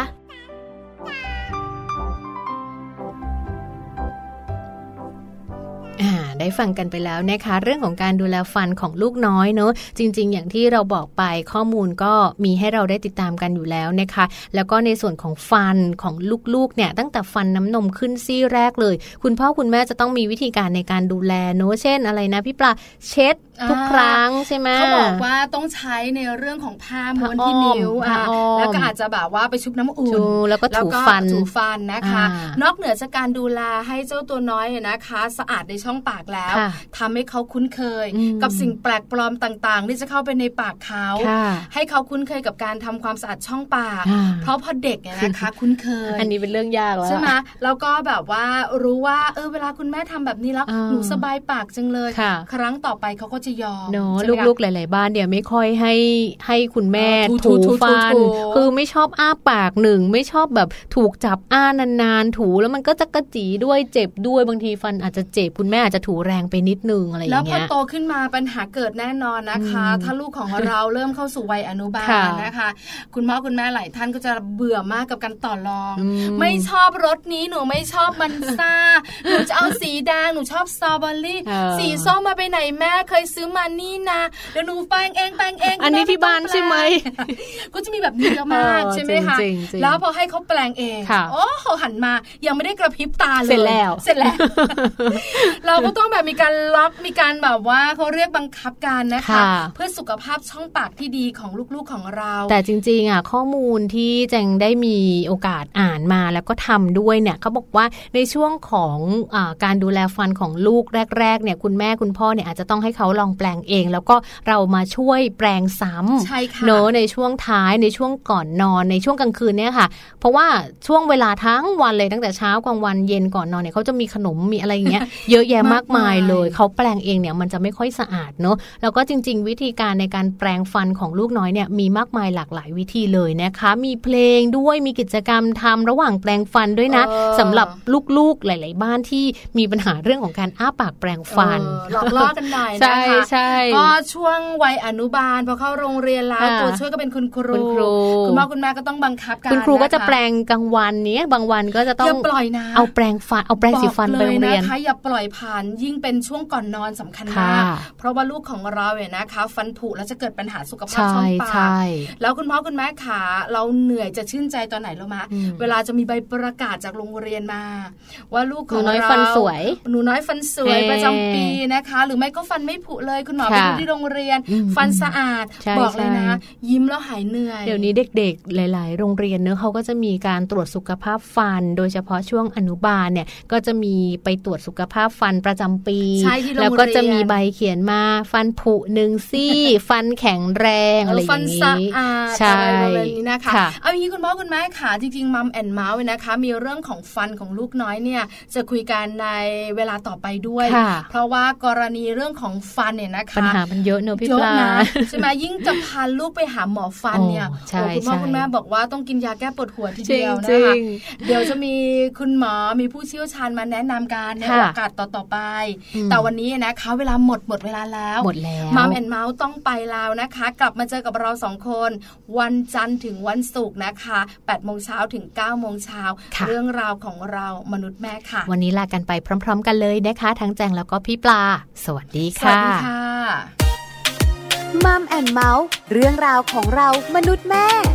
ได้ฟังกันไปแล้วนะคะเรื่องของการดูแลฟันของลูกน้อยเนอะจริงๆอย่างที่เราบอกไปข้อมูลก็มีให้เราได้ติดตามกันอยู่แล้วนะคะแล้วก็ในส่วนของฟันของลูกๆเนี่ยตั้งแต่ฟันน้ำนมขึ้นซี่แรกเลยคุณพ่อคุณแม่จะต้องมีวิธีการในการดูแลเนอะเช่นอะไรนะพี่ปลาเช็ดทุกครั้งใช่ไหมเขาบอกว่าต้องใช้ในเรื่องของผ้าม้วนที่นิ้วแล้วก็อาจจะแบบว่าไปชุบน้ำอุ่นแล้วก็ถูฟันถูฟันนะคะนอกเหนือจากการดูแลให้เจ้าตัวน้อยนะคะสะอาดในช่องปากแล้วทำให้เขาคุ้นเคยกับสิ่งแปลกปลอมต่างๆที่จะเข้าไปในปากเขาให้เขาคุ้นเคยกับการทำความสะอาดช่องปากเพราะพอเด็กเนี่ยนะคะคุ้นเคยอันนี้เป็นเรื่องยากแล้วใช่ไหมแล้วก็แบบว่ารู้ว่าเออเวลาคุณแม่ทำแบบนี้แล้วหนูสบายปากจังเลยครั้งต่อไปเขาก็จะยอมเนาะลูกๆหลายๆบ้านเดี๋ยวไม่ค่อยให้ให้คุณแม่ถูฟันคือไม่ชอบอ้าปากหนึ่งไม่ชอบแบบถูกจับอ้านานๆถูแล้วมันก็จะกระจีด้วยเจ็บด้วยบางทีฟันอาจจะเจ็บคุณแม่อาจจะถูแรงไปนิดนึงอะไรอย่างเงี้ยแล้วพอโตขึ้นมาปัญหาเกิดแน่นอนนะคะถ้าลูกของเราเริ่มเข้าสู่วัยอนุบาลนะคะคุณพ่อคุณแม่หลายท่านก็จะเบื่อมากกับการต่อรองไม่ชอบรสนี้หนูไม่ชอบมันซ่าหนูจะเอาสีแดงหนูชอบสตรอเบอรี่สีส้มมาไปไหนแม่เคยซื้อมานี่นะเดี๋ยวหนูแปลงเองแปลงเองอันนี้ที่บ้านใช่ไหมก็จะมีแบบนี้เยอะมากใช่ไหมคะแล้วพอให้เขาแปลงเองโอ้เขาหันมายังไม่ได้กระพริบตาเลยเสร็จแล้วเสร็จแล้วเราก็ต้องแบบมีการล็อกมีการแบบว่าเขาเรียกบังคับกันนะคะเพื่อสุขภาพช่องปากที่ดีของลูกๆของเราแต่จริงๆอ่ะข้อมูลที่แจงได้มีโอกาสอ่านมาแล้วก็ทำด้วยเนี่ยเขาบอกว่าในช่วงของอ่าการดูแลฟันของลูกแรกๆเนี่ยคุณแม่คุณพ่อเนี่ยอาจจะต้องให้เขาลองแปลงเองแล้วก็เรามาช่วยแปลงซ้ำเนอะในช่วงท้ายในช่วงก่อนนอนในช่วงกลางคืนเนี่ยค่ะเพราะว่าช่วงเวลาทั้งวันเลยตั้งแต่เช้ากลางวันเย็นก่อนนอนเนี่ยเขาจะมีขนมมีอะไรอย่างเงี้ยเยอะแยะมากมายเลยเขาแปลงเองเนี่ยมันจะไม่ค่อยสะอาดเนอะแล้วก็จริงๆวิธีการในการแปลงฟันของลูกน้อยเนี่ยมีมากมายหลากหลายวิธีเลยนะคะมีเพลงด้วยมีกิจกรรมทำระหว่างแปลงฟันด้วยนะสำหรับลูกๆหลายๆบ้านที่มีปัญหาเรื่องของการอ้าปากแปลงฟันหลอกล่อกันหน่อยนะคะใช่ก็ช่วงวัยอนุบาลพอเข้าโรงเรียนแล้วตัวช่วยก็เป็นคุณครูคุณพ่อคุณแม่ก็ต้องบังคับกันคุณครูก็จะแปลงกลางวันนี้บางวันก็จะต้องปล่อยนะเอาแปลงฟันเอาแปลงสีฟันไปโรงเรียนนะคะอย่าปล่อยผ่านยิ่งเป็นช่วงก่อนนอนสำคัญมากเพราะว่าลูกของเราเนี่ยนะคะฟันผุแล้วจะเกิดปัญหาสุขภาพช่องปากแล้วคุณพ่อคุณแม่ขาเราเหนื่อยจะชื่นใจตอนไหนรู้มั้ยเวลาจะมีใบประกาศจากโรงเรียนมาว่าลูกของเราฟันสวยหนูน้อยฟันสวยประจำปีนะคะหรือไม่ก็ฟันไม่ผุเลยคุณหมอไปดูที่โรงเรียนฟันสะอาดบอกเลยนะยิ้มแล้วหายเหนื่อยเดี๋ยวนี้เด็กๆหลายๆโรงเรียนเนอะเขาก็จะมีการตรวจสุขภาพฟันโดยเฉพาะช่วงอนุบาลเนี่ยก็จะมีไปตรวจสุขภาพฟันประจำปีแล้วก็จะมีใบเขียนมาฟันผุหนึ่งซี่ ฟันแข็งแรงอะไรอย่างนี้ใช่เลยนะคะเอาอย่างนี้คุณพ่อคุณแม่ค่ะจริงๆมัมแอนด์เมาส์นะคะมีเรื่องของฟันของลูกน้อยเนี่ยจะคุยกันในเวลาต่อไปด้วยเพราะว่ากรณีเรื่องของฟันเนี่ยนะคะปัญหามันเยอะเนอะพี่ปลาใช่ไหมยิ่งจะพาลูกไปหาหมอฟันเนี่ยคุณพ่อคุณแม่บอกว่าต้องกินยาแก้ปวดหัวทีเดียวนะคะเดี๋ยวจะมีคุณหมอมีผู้เชี่ยวชาญมาแนะนำการในโอกาสต่อๆไปแต่วันนี้นะคะเวลาหมดหมดเวลาแล้วหมดแล้วมัมแอนด์เมาส์ต้องไปแล้วนะคะกลับมาเจอกับเราสองคนวันจันทร์ถึงวันศุกร์นะคะแปดโมงเช้าถึงเก้าโมงเช้าเรื่องราวของเรามนุษย์แม่ค่ะวันนี้ลากันไปพร้อมๆกันเลยนะคะทั้งแจงแล้วก็พี่ปลาสวัสดีค่ะสวัสดีค่ะมัมแอนด์เมาส์เรื่องราวของเรามนุษย์แม่